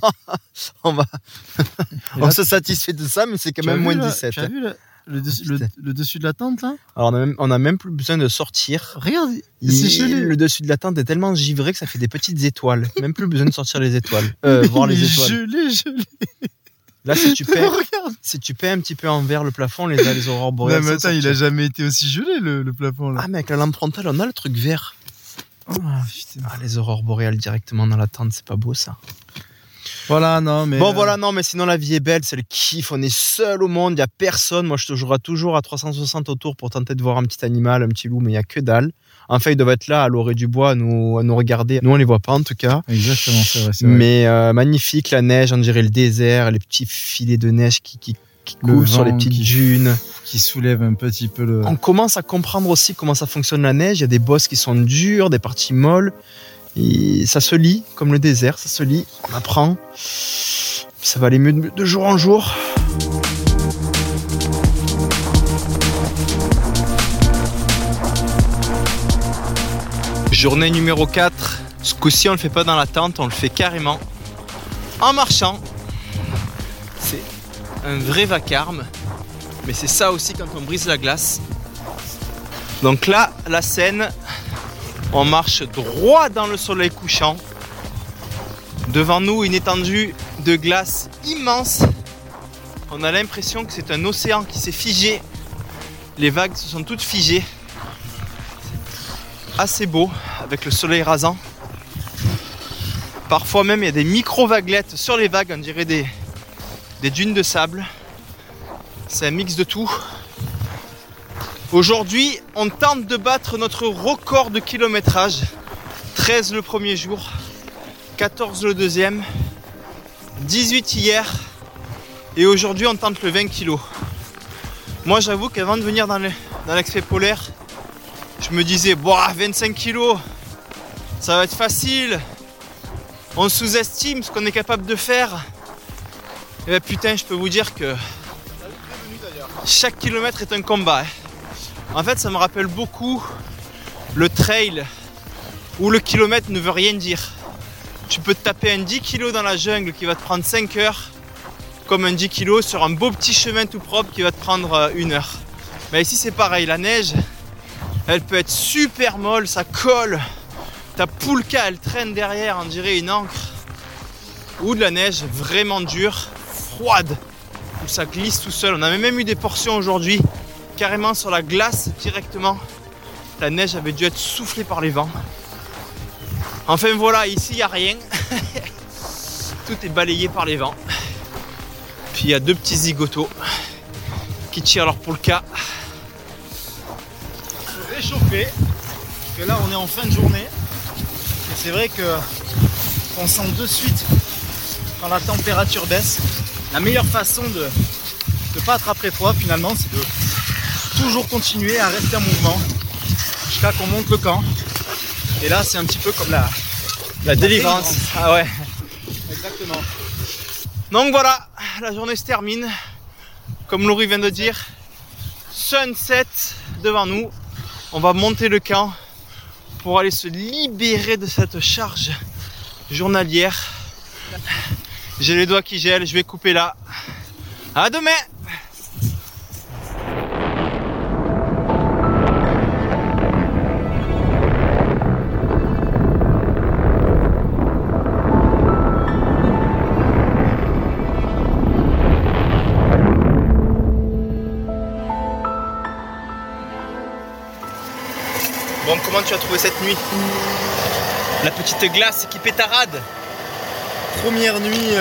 On se satisfait de ça, mais c'est quand même moins de 17.
Tu as vu le dessus de la tente là?
Alors on a même plus besoin de sortir.
Regarde, c'est gelé.
Le dessus de la tente est tellement givré que ça fait des petites étoiles. Même plus besoin de sortir les étoiles. Voir les étoiles.
Gelé.
Là, si tu paies un petit peu envers le plafond, les aurores boréales.
Non, mais attends, il a jamais été aussi gelé le plafond là.
Ah, mais avec la lampe frontale, on a le truc vert.
Oh, putain.
Ah, les aurores boréales directement dans la tente, c'est pas beau ça.
Voilà, non, mais.
Bon, voilà, non, mais sinon la vie est belle, c'est le kiff. On est seul au monde, il n'y a personne. Moi, je te jouerai toujours à 360 autour pour tenter de voir un petit animal, un petit loup, mais il n'y a que dalle. Enfin, ils doivent être là à l'orée du bois à nous regarder. Nous, on les voit pas en tout cas.
Exactement, c'est vrai.
Mais magnifique, la neige, on dirait le désert, les petits filets de neige qui coulent sur les petites dunes.
Qui soulève un petit peu le.
On commence à comprendre aussi comment ça fonctionne la neige. Il y a des bosses qui sont dures, des parties molles. Et ça se lit, comme le désert, ça se lit, on apprend. Ça va aller mieux de jour en jour. Journée numéro 4. Ce coup-ci, on le fait pas dans la tente, on le fait carrément en marchant. C'est un vrai vacarme. Mais c'est ça aussi quand on brise la glace. Donc là, la Seine, on marche droit dans le soleil couchant. Devant nous, une étendue de glace immense. On a l'impression que c'est un océan qui s'est figé. Les vagues se sont toutes figées. Assez beau, avec le soleil rasant. Parfois même, il y a des micro-vaguelettes sur les vagues, on dirait des dunes de sable. C'est un mix de tout. Aujourd'hui, on tente de battre notre record de kilométrage. 13 le premier jour, 14 le deuxième, 18 hier et aujourd'hui on tente le 20 kg. Moi j'avoue qu'avant de venir dans l'expé polaire, je me disais 25 kg, ça va être facile. On sous-estime ce qu'on est capable de faire. Et ben putain, je peux vous dire que chaque kilomètre est un combat. En fait, ça me rappelle beaucoup le trail où le kilomètre ne veut rien dire. Tu peux te taper un 10 kg dans la jungle qui va te prendre 5 heures, comme un 10 kg sur un beau petit chemin tout propre qui va te prendre 1 heure. Mais ici, c'est pareil. La neige, elle peut être super molle, ça colle. Ta poulka, elle traîne derrière, on dirait une encre. Ou de la neige vraiment dure, froide, où ça glisse tout seul. On avait même eu des portions aujourd'hui, carrément sur la glace directement. La neige avait dû être soufflée par les vents. Enfin voilà, ici il n'y a rien. Tout est balayé par les vents. Puis il y a 2 petits zigotos qui tirent leur poulka.
Réchauffé, parce que là on est en fin de journée. Et c'est vrai que on sent de suite quand la température baisse. La meilleure façon de ne pas attraper froid finalement, c'est de toujours continuer à rester en mouvement jusqu'à qu'on monte le camp. Et là c'est un petit peu comme la délivrance.
Ah ouais.
Exactement.
Donc voilà, la journée se termine. Comme Laurie vient de dire, sunset devant nous. On va monter le camp pour aller se libérer de cette charge journalière. J'ai les doigts qui gèlent, je vais couper là. À demain! Bon, comment tu as trouvé cette nuit? La petite glace qui pétarade.
Première nuit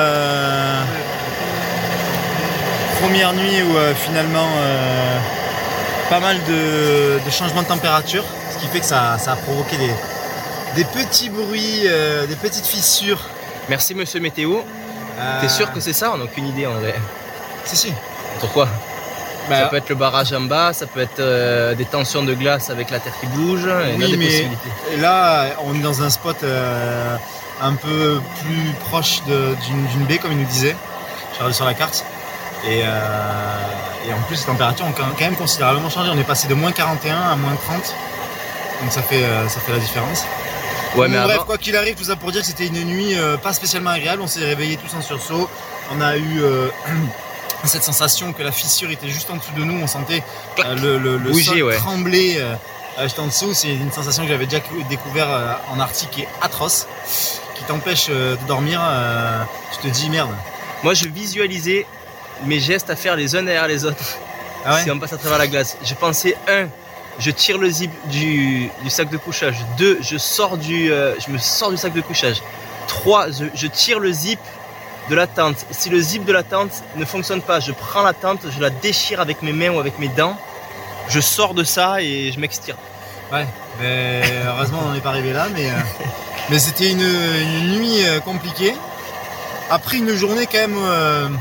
où finalement pas mal de changements de température, ce qui fait que ça a provoqué des petits bruits, des petites fissures.
Merci monsieur météo. T'es sûr que c'est ça? On n'a aucune idée en vrai.
Si.
Pourquoi? Ça peut être le barrage en bas, ça peut être des tensions de glace avec la terre qui bouge.
Oui, mais là on est dans un spot un peu plus proche d'une baie, comme il nous disait. J'ai regardé sur la carte. Et en plus, les températures ont quand même considérablement changé. On est passé de moins 41 à moins 30. Donc ça fait la différence.
Ouais, mais
Bref,
avant...
quoi qu'il arrive, tout ça pour dire que c'était une nuit pas spécialement agréable. On s'est réveillés tous en sursaut. On a eu cette sensation que la fissure était juste en dessous de nous. On sentait le
Bouger,
sol
ouais.
trembler juste en dessous. C'est une sensation que j'avais déjà découvert en Arctique qui est atroce, qui t'empêche de dormir. Tu te dis merde.
Moi, je visualisais mes gestes à faire les uns derrière les autres.
Ah ouais.
Si on passe à travers la glace. Je pensais, 1, je tire le zip du sac de couchage. 2, je me sors du sac de couchage. 3, je tire le zip de la tente. Si le zip de la tente ne fonctionne pas, je prends la tente, je la déchire avec mes mains ou avec mes dents. Je sors de ça et je m'extire.
Ouais, mais heureusement on n'en est pas arrivé là, mais c'était une nuit compliquée. Après une journée quand même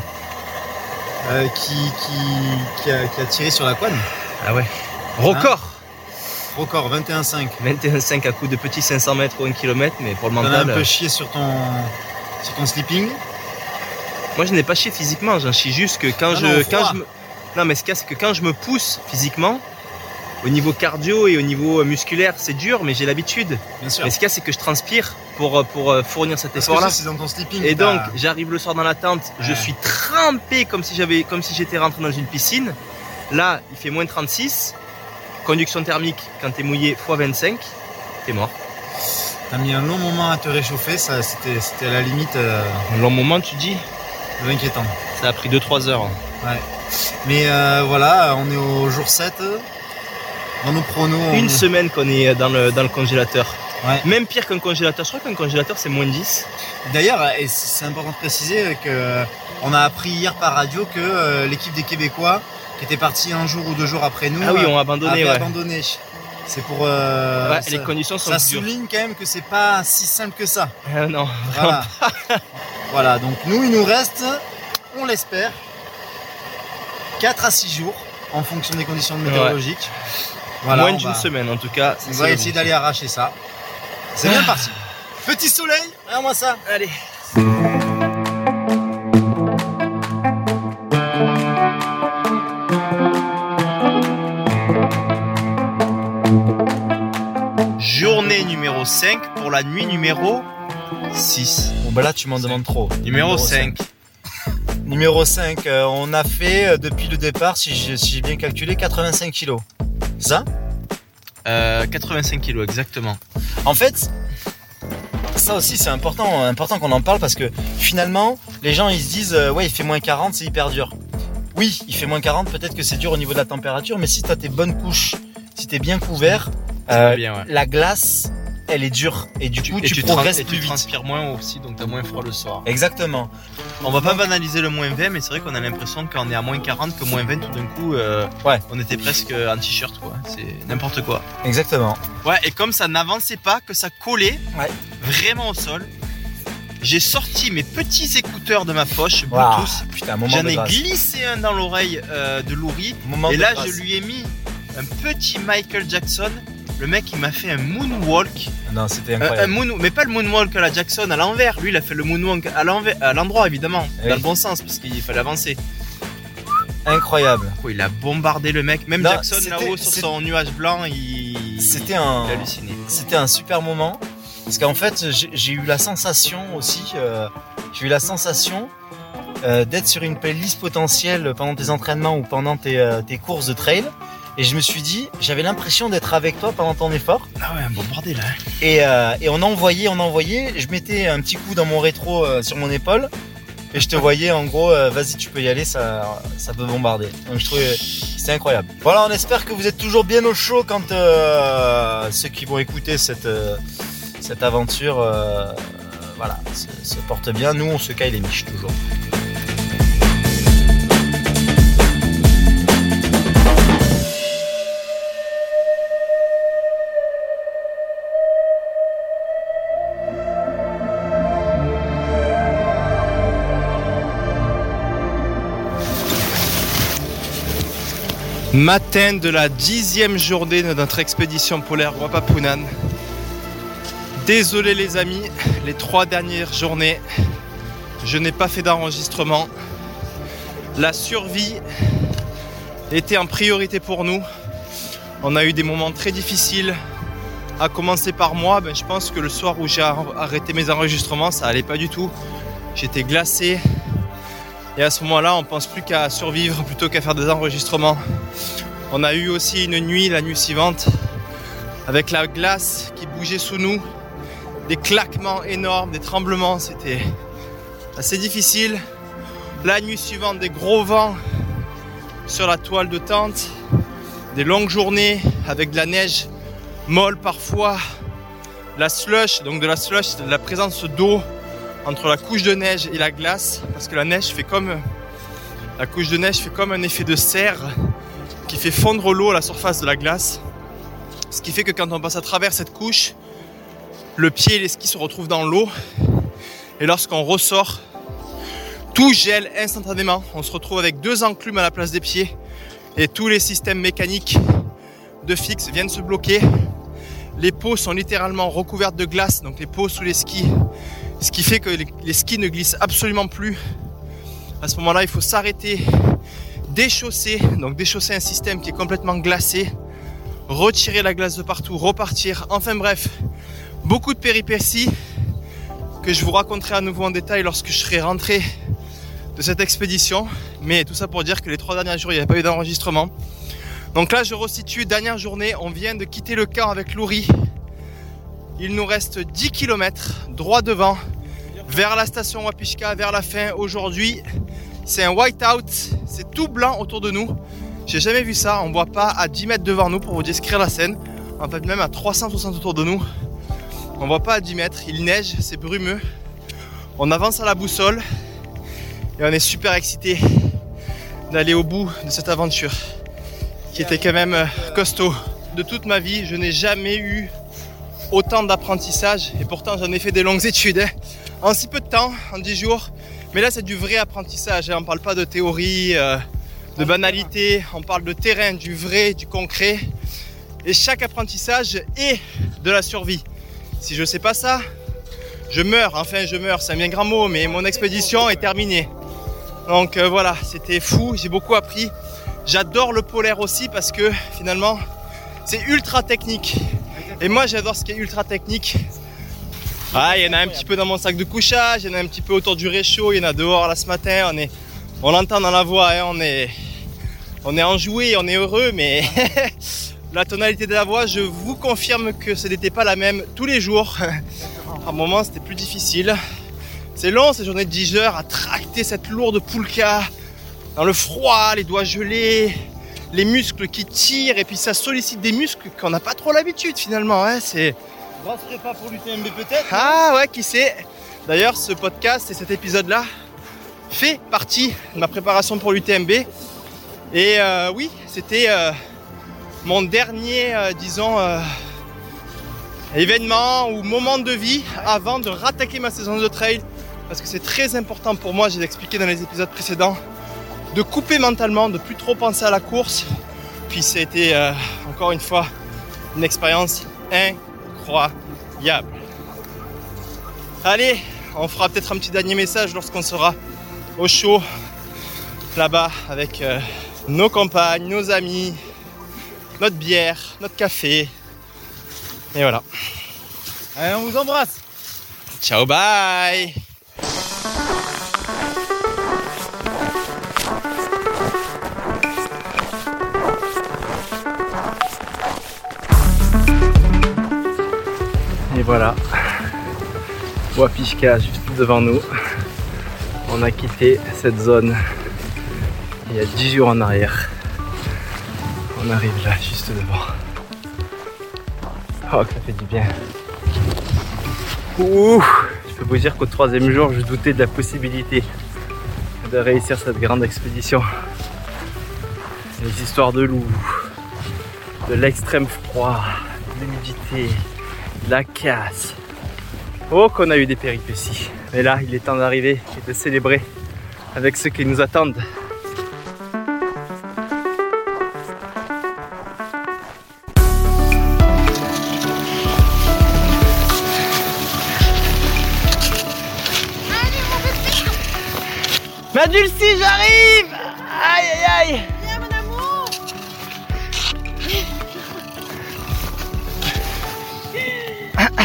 qui a tiré sur la couenne.
Ah ouais. Record.
Record, 21,5.
21,5 à coup de petits 500 mètres ou 1 km, mais pour le
T'en as
mental...
un peu chié sur ton sleeping.
Moi je n'ai pas chié physiquement, j'en chie juste que quand Non mais ce qu'il y a, c'est que quand je me pousse physiquement, au niveau cardio et au niveau musculaire, c'est dur, mais j'ai l'habitude.
Bien sûr.
Mais ce qu'il y a, c'est que je transpire pour fournir cet
Parce
effort-là.
que c'est dans ton sleeping.
Et donc, j'arrive le soir dans la tente, je
Ouais.
suis trempé comme si j'étais rentré dans une piscine. Là, il fait moins 36. Conduction thermique, quand t'es mouillé, x 25, t'es mort.
T'as mis un long moment à te réchauffer, ça c'était à la limite
Un long moment, tu dis?
de l'inquiétant.
Ça a pris 2-3 heures.
Ouais. Mais voilà, on est au jour 7. Dans nos pronos.
Une semaine qu'on est dans le congélateur.
Ouais.
Même pire qu'un congélateur. Je crois qu'un congélateur, c'est moins 10.
D'ailleurs, et c'est important de préciser que on a appris hier par radio que l'équipe des Québécois, qui était partie un jour ou 2 jours après nous,
Ah oui, ont abandonné,
avait
ouais.
abandonné. C'est pour.
Ouais,
ça,
les conditions sont
ça
dures.
souligne quand même que c'est pas si simple que ça.
Non,
Voilà. Voilà, donc nous, il nous reste, on l'espère, 4 à 6 jours en fonction des conditions météorologiques. Voilà,
moins
on
d'une
va-
semaine en tout cas.
On va essayer d'aller arracher ça. C'est bien parti. Petit soleil, regarde-moi ça.
Allez. Journée numéro 5 pour la nuit numéro 6.
Bon bah là tu m'en demandes trop.
Numéro 5.
Numéro 5, on a fait depuis le départ, si j'ai bien calculé, 85 kilos. C'est ça
85 kilos exactement.
En fait, ça aussi c'est important qu'on en parle parce que finalement, les gens ils se disent ouais il fait moins 40, c'est hyper dur. Oui, il fait moins 40, peut-être que c'est dur au niveau de la température, mais si tu as tes bonnes couches, si tu es bien couvert,
bien, ouais.
la glace, elle est dure et du coup tu progresses plus
tu
vite.
transpires moins aussi, donc t'as moins froid le soir.
Exactement.
On va pas banaliser le moins 20, mais c'est vrai qu'on a l'impression qu'on est à moins 40 que moins 20 tout d'un coup.
Ouais.
On était presque en t-shirt quoi. C'est n'importe quoi.
Exactement.
Ouais, et comme ça n'avançait pas, que ça collait
Ouais.
vraiment au sol, j'ai sorti mes petits écouteurs de ma poche
Waouh,
Bluetooth.
putain, moment
J'en
de
ai
grâce.
glissé un dans l'oreille de Louri.
Moment
Et
de
là,
grâce.
je lui ai mis un petit Michael Jackson. Le mec, il m'a fait un moonwalk.
Non, c'était incroyable.
Mais pas le moonwalk à la Jackson à l'envers. Lui, il a fait le moonwalk à l'envers, à l'endroit évidemment,
Oui.
dans le bon sens parce qu'il fallait avancer.
Incroyable.
Oh, il a bombardé le mec. Même
Non,
Jackson
c'était-
là-haut sur son nuage blanc, il
C'était
il a halluciné.
C'était un super moment parce qu'en fait j'ai eu la sensation aussi, d'être sur une playlist potentielle pendant tes entraînements ou pendant tes courses de trail. Et je me suis dit, j'avais l'impression d'être avec toi pendant ton effort.
Ah ouais, un bon bordel là.
Et on envoyait. Je mettais un petit coup dans mon rétro sur mon épaule. Et je te voyais en gros, vas-y tu peux y aller, ça peut bombarder. Donc je trouvais, c'était incroyable. Voilà, on espère que vous êtes toujours bien au chaud quand ceux qui vont écouter cette aventure voilà, se portent bien. Nous on se caille les miches toujours.
Matin de la 10e journée de notre expédition polaire Wapapunan. Désolé les amis, les 3 dernières journées, je n'ai pas fait d'enregistrement. La survie était en priorité pour nous. On a eu des moments très difficiles,
À commencer par moi, je pense que le soir où j'ai arrêté mes enregistrements, ça allait pas du tout. J'étais glacé. Et à ce moment-là, on pense plus qu'à survivre plutôt qu'à faire des enregistrements. On a eu aussi une nuit, la nuit suivante, avec la glace qui bougeait sous nous, des claquements énormes, des tremblements, c'était assez difficile. La nuit suivante, des gros vents sur la toile de tente, des longues journées avec de la neige molle parfois, la slush, donc de la slush, c'est de la présence d'eau entre la couche de neige et la glace, parce que la couche de neige fait comme un effet de serre qui fait fondre l'eau à la surface de la glace, ce qui fait que quand on passe à travers cette couche, le pied et les skis se retrouvent dans l'eau, et lorsqu'on ressort, tout gèle instantanément. On se retrouve avec 2 enclumes à la place des pieds, et tous les systèmes mécaniques de fixe viennent se bloquer. Les peaux sont littéralement recouvertes de glace, donc les peaux sous les skis, ce qui fait que les skis ne glissent absolument plus. À ce moment-là, il faut s'arrêter, déchausser un système qui est complètement glacé, retirer la glace de partout, repartir. Enfin bref, beaucoup de péripéties que je vous raconterai à nouveau en détail lorsque je serai rentré de cette expédition. Mais tout ça pour dire que les 3 derniers jours, il n'y avait pas eu d'enregistrement. Donc là, je resitue, dernière journée, on vient de quitter le camp avec Louri. Il nous reste 10 km droit devant, vers la station Wapishka, vers la fin. Aujourd'hui, c'est un white-out, c'est tout blanc autour de nous. J'ai jamais vu ça, on ne voit pas à 10 mètres devant nous pour vous décrire la scène. En fait, même à 360 autour de nous, on ne voit pas à 10 mètres, il neige, c'est brumeux. On avance à la boussole et on est super excités d'aller au bout de cette aventure, qui était quand même costaud. De toute ma vie, je n'ai jamais eu autant d'apprentissage, et pourtant j'en ai fait des longues études, en si peu de temps, en 10 jours. Mais là, c'est du vrai apprentissage, on ne parle pas de théorie, de banalité, on parle de terrain, du vrai, du concret. Et chaque apprentissage est de la survie. Si je ne sais pas ça, je meurs. Enfin, je meurs, c'est un bien grand mot, mais mon expédition est terminée. Donc voilà, c'était fou, j'ai beaucoup appris. J'adore le polaire aussi parce que finalement c'est ultra technique. Et moi j'adore ce qui est ultra technique. Ah, il y en a un petit peu dans mon sac de couchage, il y en a un petit peu autour du réchaud, il y en a dehors là ce matin. On l'entend dans la voix, hein, on est enjoué, on est heureux, mais la tonalité de la voix, je vous confirme que ce n'était pas la même tous les jours. À un moment c'était plus difficile. C'est long ces journées de 10 heures à tracter cette lourde poulka. Dans le froid, les doigts gelés, les muscles qui tirent, et puis ça sollicite des muscles qu'on n'a pas trop l'habitude finalement. Hein, c'est...
Grosse prépa pour l'UTMB peut-être.
Ah ouais, qui sait. D'ailleurs, ce podcast et cet épisode-là fait partie de ma préparation pour l'UTMB. Et oui, c'était mon dernier, événement ou moment de vie avant de rattaquer ma saison de trail. Parce que c'est très important pour moi, j'ai expliqué dans les épisodes précédents, de couper mentalement, de plus trop penser à la course. Puis ça a été encore une fois une expérience incroyable. Allez, on fera peut-être un petit dernier message lorsqu'on sera au chaud là-bas avec nos compagnes, nos amis, notre bière, notre café. Et voilà.
Allez, on vous embrasse.
Ciao, bye.
Et voilà, Wapishka juste devant nous. On a quitté cette zone il y a 10 jours en arrière. On arrive là, juste devant. Oh, ça fait du bien. Ouh, je peux vous dire qu'au 3e jour, je doutais de la possibilité de réussir cette grande expédition. Les histoires de loups, de l'extrême froid, de l'humidité, de la casse. Oh, qu'on a eu des péripéties. Mais là, il est temps d'arriver et de célébrer avec ceux qui nous attendent.
Ma Dulcie, j'arrive! Aïe aïe aïe!
Viens mon amour!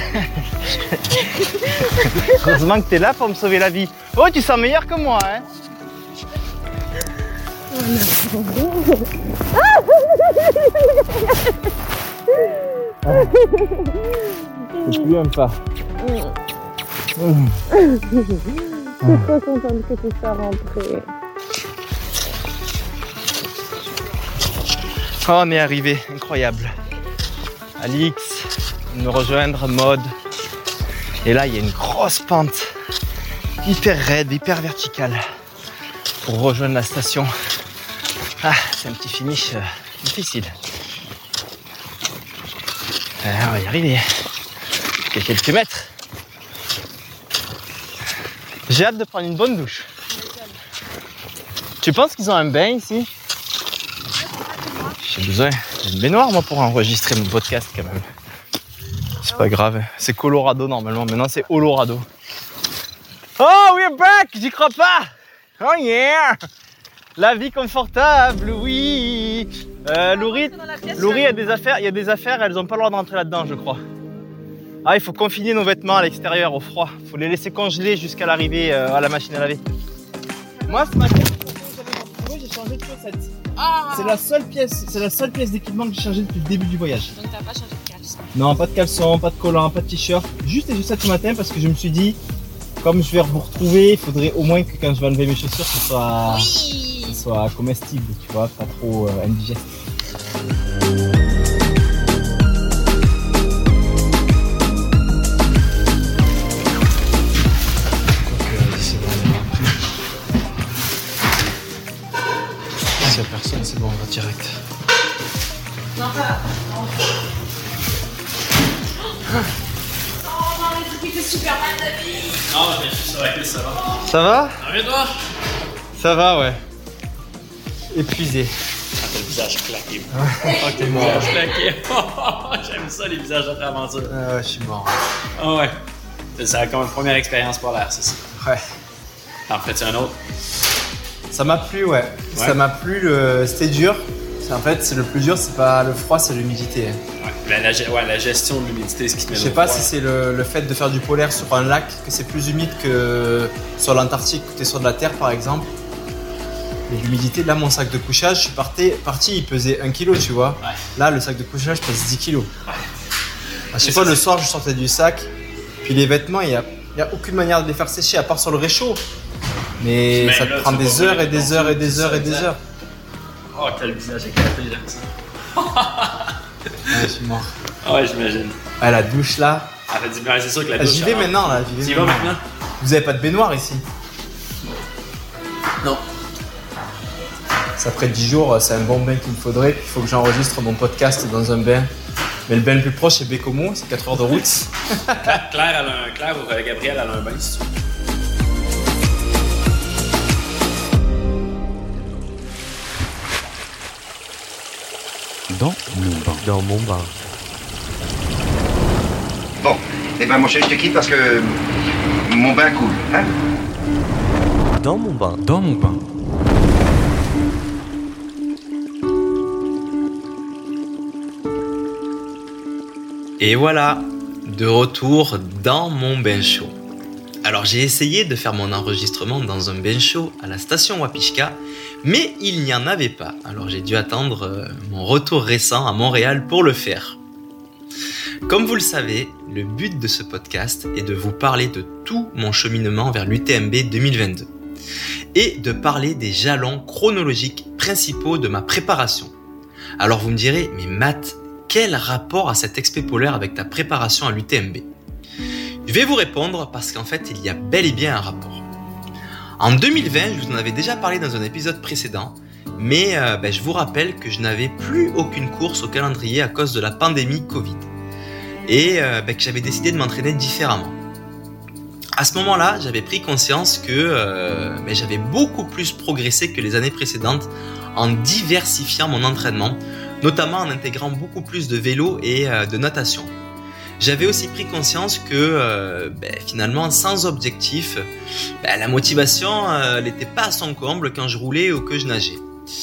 Heureusement que t'es là pour me sauver la vie. Oh, tu sens meilleur que moi, hein. Je suis même pas.
Je suis trop contente que tu sois rentrée.
Oh, on est arrivé, incroyable. Alix, me rejoindre, Maud. Et là, il y a une grosse pente, hyper raide, hyper verticale, pour rejoindre la station. Ah, c'est un petit finish difficile. On va y arriver. Il y a quelques mètres. J'ai hâte de prendre une bonne douche. Tu penses qu'ils ont un bain ici? J'ai besoin d'une baignoire, moi, pour enregistrer mon podcast, quand même. C'est pas grave. C'est Colorado, normalement. Maintenant, c'est Olorado. Oh, we're back! J'y crois pas! Oh yeah! La vie confortable, oui! Laurie, il y a des affaires, elles ont pas le droit de rentrer là-dedans, je crois. Ah, il faut confiner nos vêtements à l'extérieur, au froid. Il faut les laisser congeler jusqu'à l'arrivée à la machine à laver. Moi, ce matin, j'ai changé de chaussettes. Ah. C'est la seule pièce d'équipement que j'ai changé depuis le début du voyage.
Donc t'as pas changé de caleçon?
Non, pas de caleçon, pas de collant, pas de t-shirt. Juste les chaussettes ce matin parce que je me suis dit, comme je vais vous retrouver, il faudrait au moins que quand je vais enlever mes chaussures, ce soit comestible, tu vois, pas trop indigeste. S'il n'y a personne, c'est bon, on va direct.
Non, pas. Oh non, le truc il fait super mal ta vie.
Non, mais ça va.
Ça va?
Ah, mais toi?
Ça va, ouais. Épuisé.
Ah, t'as le visage claqué.
Oh, t'es mort.
Le visage claqué. J'aime ça, les visages après aventure.
Ah ouais, je suis mort.
Ah ouais. C'est comme une première expérience polaire, c'est ça?
Ouais.
T'en fais-tu un autre?
Ça m'a plu, ouais. Ça m'a plu, c'était dur. En fait, le plus dur, c'est pas le froid, c'est l'humidité.
Ouais, la gestion de l'humidité, ce qui te met.
Je sais pas si c'est le fait de faire du polaire sur un lac, que c'est plus humide que sur l'Antarctique, où tu es sur de la terre par exemple. Et l'humidité, là, mon sac de couchage, je suis parti, il pesait 1 kg, tu vois. Ouais. Là, le sac de couchage pèse 10 kg. Ouais. À chaque fois, le soir, je sortais du sac. Puis les vêtements, il n'y a aucune manière de les faire sécher, à part sur le réchaud. Mais ça te prend des heures et des heures et des heures et des heures.
Oh, t'as le visage éclaté, là.
Ouais, je suis mort.
Ouais, j'imagine.
Ouais, la douche là.
Ah, c'est sûr que la douche.
J'y vais maintenant là.
J'y vais maintenant.
Vous avez pas de baignoire ici?
Non.
Ça après 10 jours, c'est un bon bain qu'il me faudrait. Il faut que j'enregistre mon podcast dans un bain. Mais le bain le plus proche c'est Bécomo, c'est 4 heures de route.
Claire ou Gabriel elle a un bain si tu veux.
Dans mon bain.
Bon, eh ben mon chéri, je te quitte parce que mon bain coule, hein?
Dans mon bain.
Et voilà, de retour dans mon bain chaud. Alors j'ai essayé de faire mon enregistrement dans un bain chaud à la station Wapishka, mais il n'y en avait pas. Alors j'ai dû attendre mon retour récent à Montréal pour le faire. Comme vous le savez, le but de ce podcast est de vous parler de tout mon cheminement vers l'UTMB 2022 et de parler des jalons chronologiques principaux de ma préparation. Alors vous me direz, mais Matt, quel rapport a cette expé polaire avec ta préparation à l'UTMB ? Je vais vous répondre parce qu'en fait, il y a bel et bien un rapport. En 2020, je vous en avais déjà parlé dans un épisode précédent, mais je vous rappelle que je n'avais plus aucune course au calendrier à cause de la pandémie Covid et que j'avais décidé de m'entraîner différemment. À ce moment-là, j'avais pris conscience que j'avais beaucoup plus progressé que les années précédentes en diversifiant mon entraînement, notamment en intégrant beaucoup plus de vélo et de natation. J'avais aussi pris conscience que finalement, sans objectif, la motivation n'était pas à son comble quand je roulais ou que je nageais.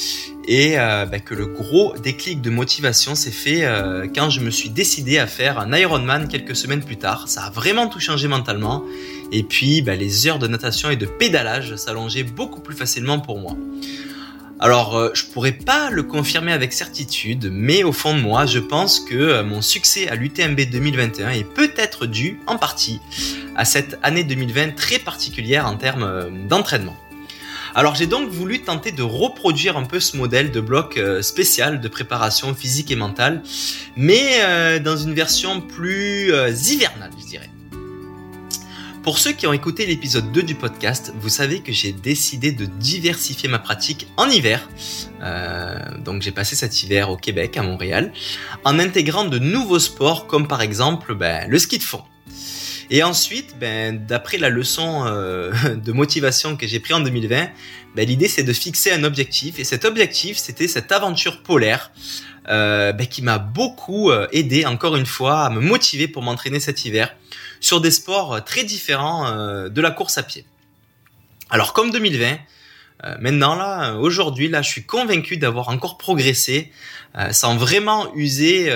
et que le gros déclic de motivation s'est fait quand je me suis décidé à faire un Ironman quelques semaines plus tard. Ça a vraiment tout changé mentalement, et puis les heures de natation et de pédalage s'allongeaient beaucoup plus facilement pour moi. Alors, je pourrais pas le confirmer avec certitude, mais au fond de moi, je pense que mon succès à l'UTMB 2021 est peut-être dû, en partie, à cette année 2020 très particulière en termes d'entraînement. Alors, j'ai donc voulu tenter de reproduire un peu ce modèle de bloc spécial de préparation physique et mentale, mais dans une version plus hivernale, je dirais. Pour ceux qui ont écouté l'épisode 2 du podcast, vous savez que j'ai décidé de diversifier ma pratique en hiver. Donc j'ai passé cet hiver au Québec, à Montréal, en intégrant de nouveaux sports comme par exemple le ski de fond. Et ensuite, d'après la leçon de motivation que j'ai pris en 2020, l'idée c'est de fixer un objectif. Et cet objectif, c'était cette aventure polaire qui m'a beaucoup aidé, encore une fois, à me motiver pour m'entraîner cet hiver sur des sports très différents de la course à pied. Alors comme 2020, maintenant aujourd'hui je suis convaincu d'avoir encore progressé sans vraiment user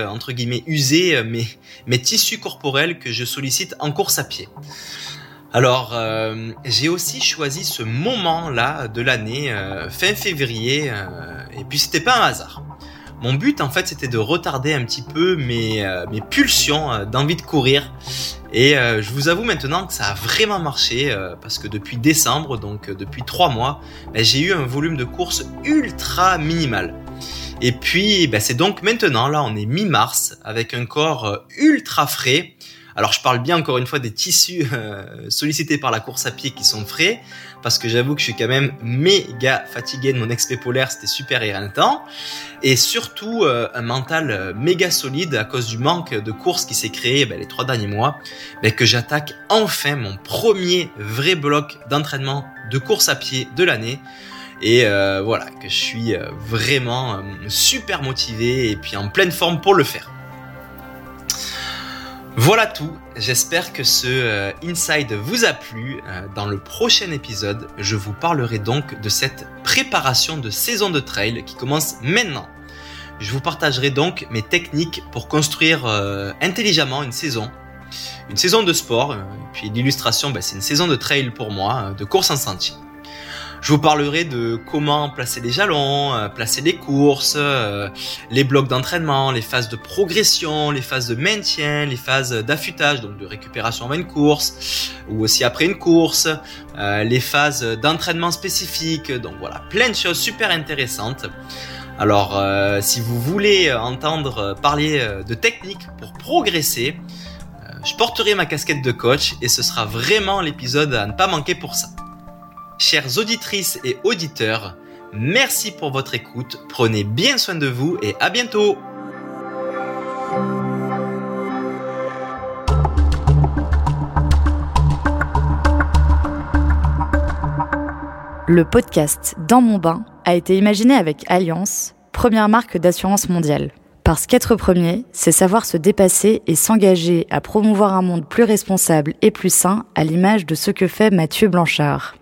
mes tissus corporels que je sollicite en course à pied. Alors j'ai aussi choisi ce moment-là de l'année, fin février, et puis c'était pas un hasard. Mon but, en fait, c'était de retarder un petit peu mes pulsions d'envie de courir. Et je vous avoue maintenant que ça a vraiment marché parce que depuis décembre, donc depuis 3 mois, j'ai eu un volume de course ultra minimal. Et puis, c'est donc maintenant, là, on est mi-mars, avec un corps ultra frais. Alors, je parle bien encore une fois des tissus sollicités par la course à pied qui sont frais, parce que j'avoue que je suis quand même méga fatigué de mon expé polaire, c'était super éreintant. Et surtout, un mental méga solide à cause du manque de course qui s'est créé les 3 derniers mois, que j'attaque enfin mon premier vrai bloc d'entraînement de course à pied de l'année. Et voilà, que je suis vraiment super motivé et puis en pleine forme pour le faire. Voilà tout, j'espère que ce Inside vous a plu. Dans le prochain épisode, je vous parlerai donc de cette préparation de saison de trail qui commence maintenant. Je vous partagerai donc mes techniques pour construire intelligemment une saison de sport. Et puis l'illustration, c'est une saison de trail pour moi, de course en sentier. Je vous parlerai de comment placer les jalons, placer les courses, les blocs d'entraînement, les phases de progression, les phases de maintien, les phases d'affûtage, donc de récupération avant une course, ou aussi après une course, les phases d'entraînement spécifiques, donc voilà, plein de choses super intéressantes. Alors, si vous voulez entendre parler de techniques pour progresser, je porterai ma casquette de coach et ce sera vraiment l'épisode à ne pas manquer pour ça. Chères auditrices et auditeurs, merci pour votre écoute, prenez bien soin de vous et à bientôt.
Le podcast Dans mon bain a été imaginé avec Allianz, première marque d'assurance mondiale. Parce qu'être premier, c'est savoir se dépasser et s'engager à promouvoir un monde plus responsable et plus sain à l'image de ce que fait Mathieu Blanchard.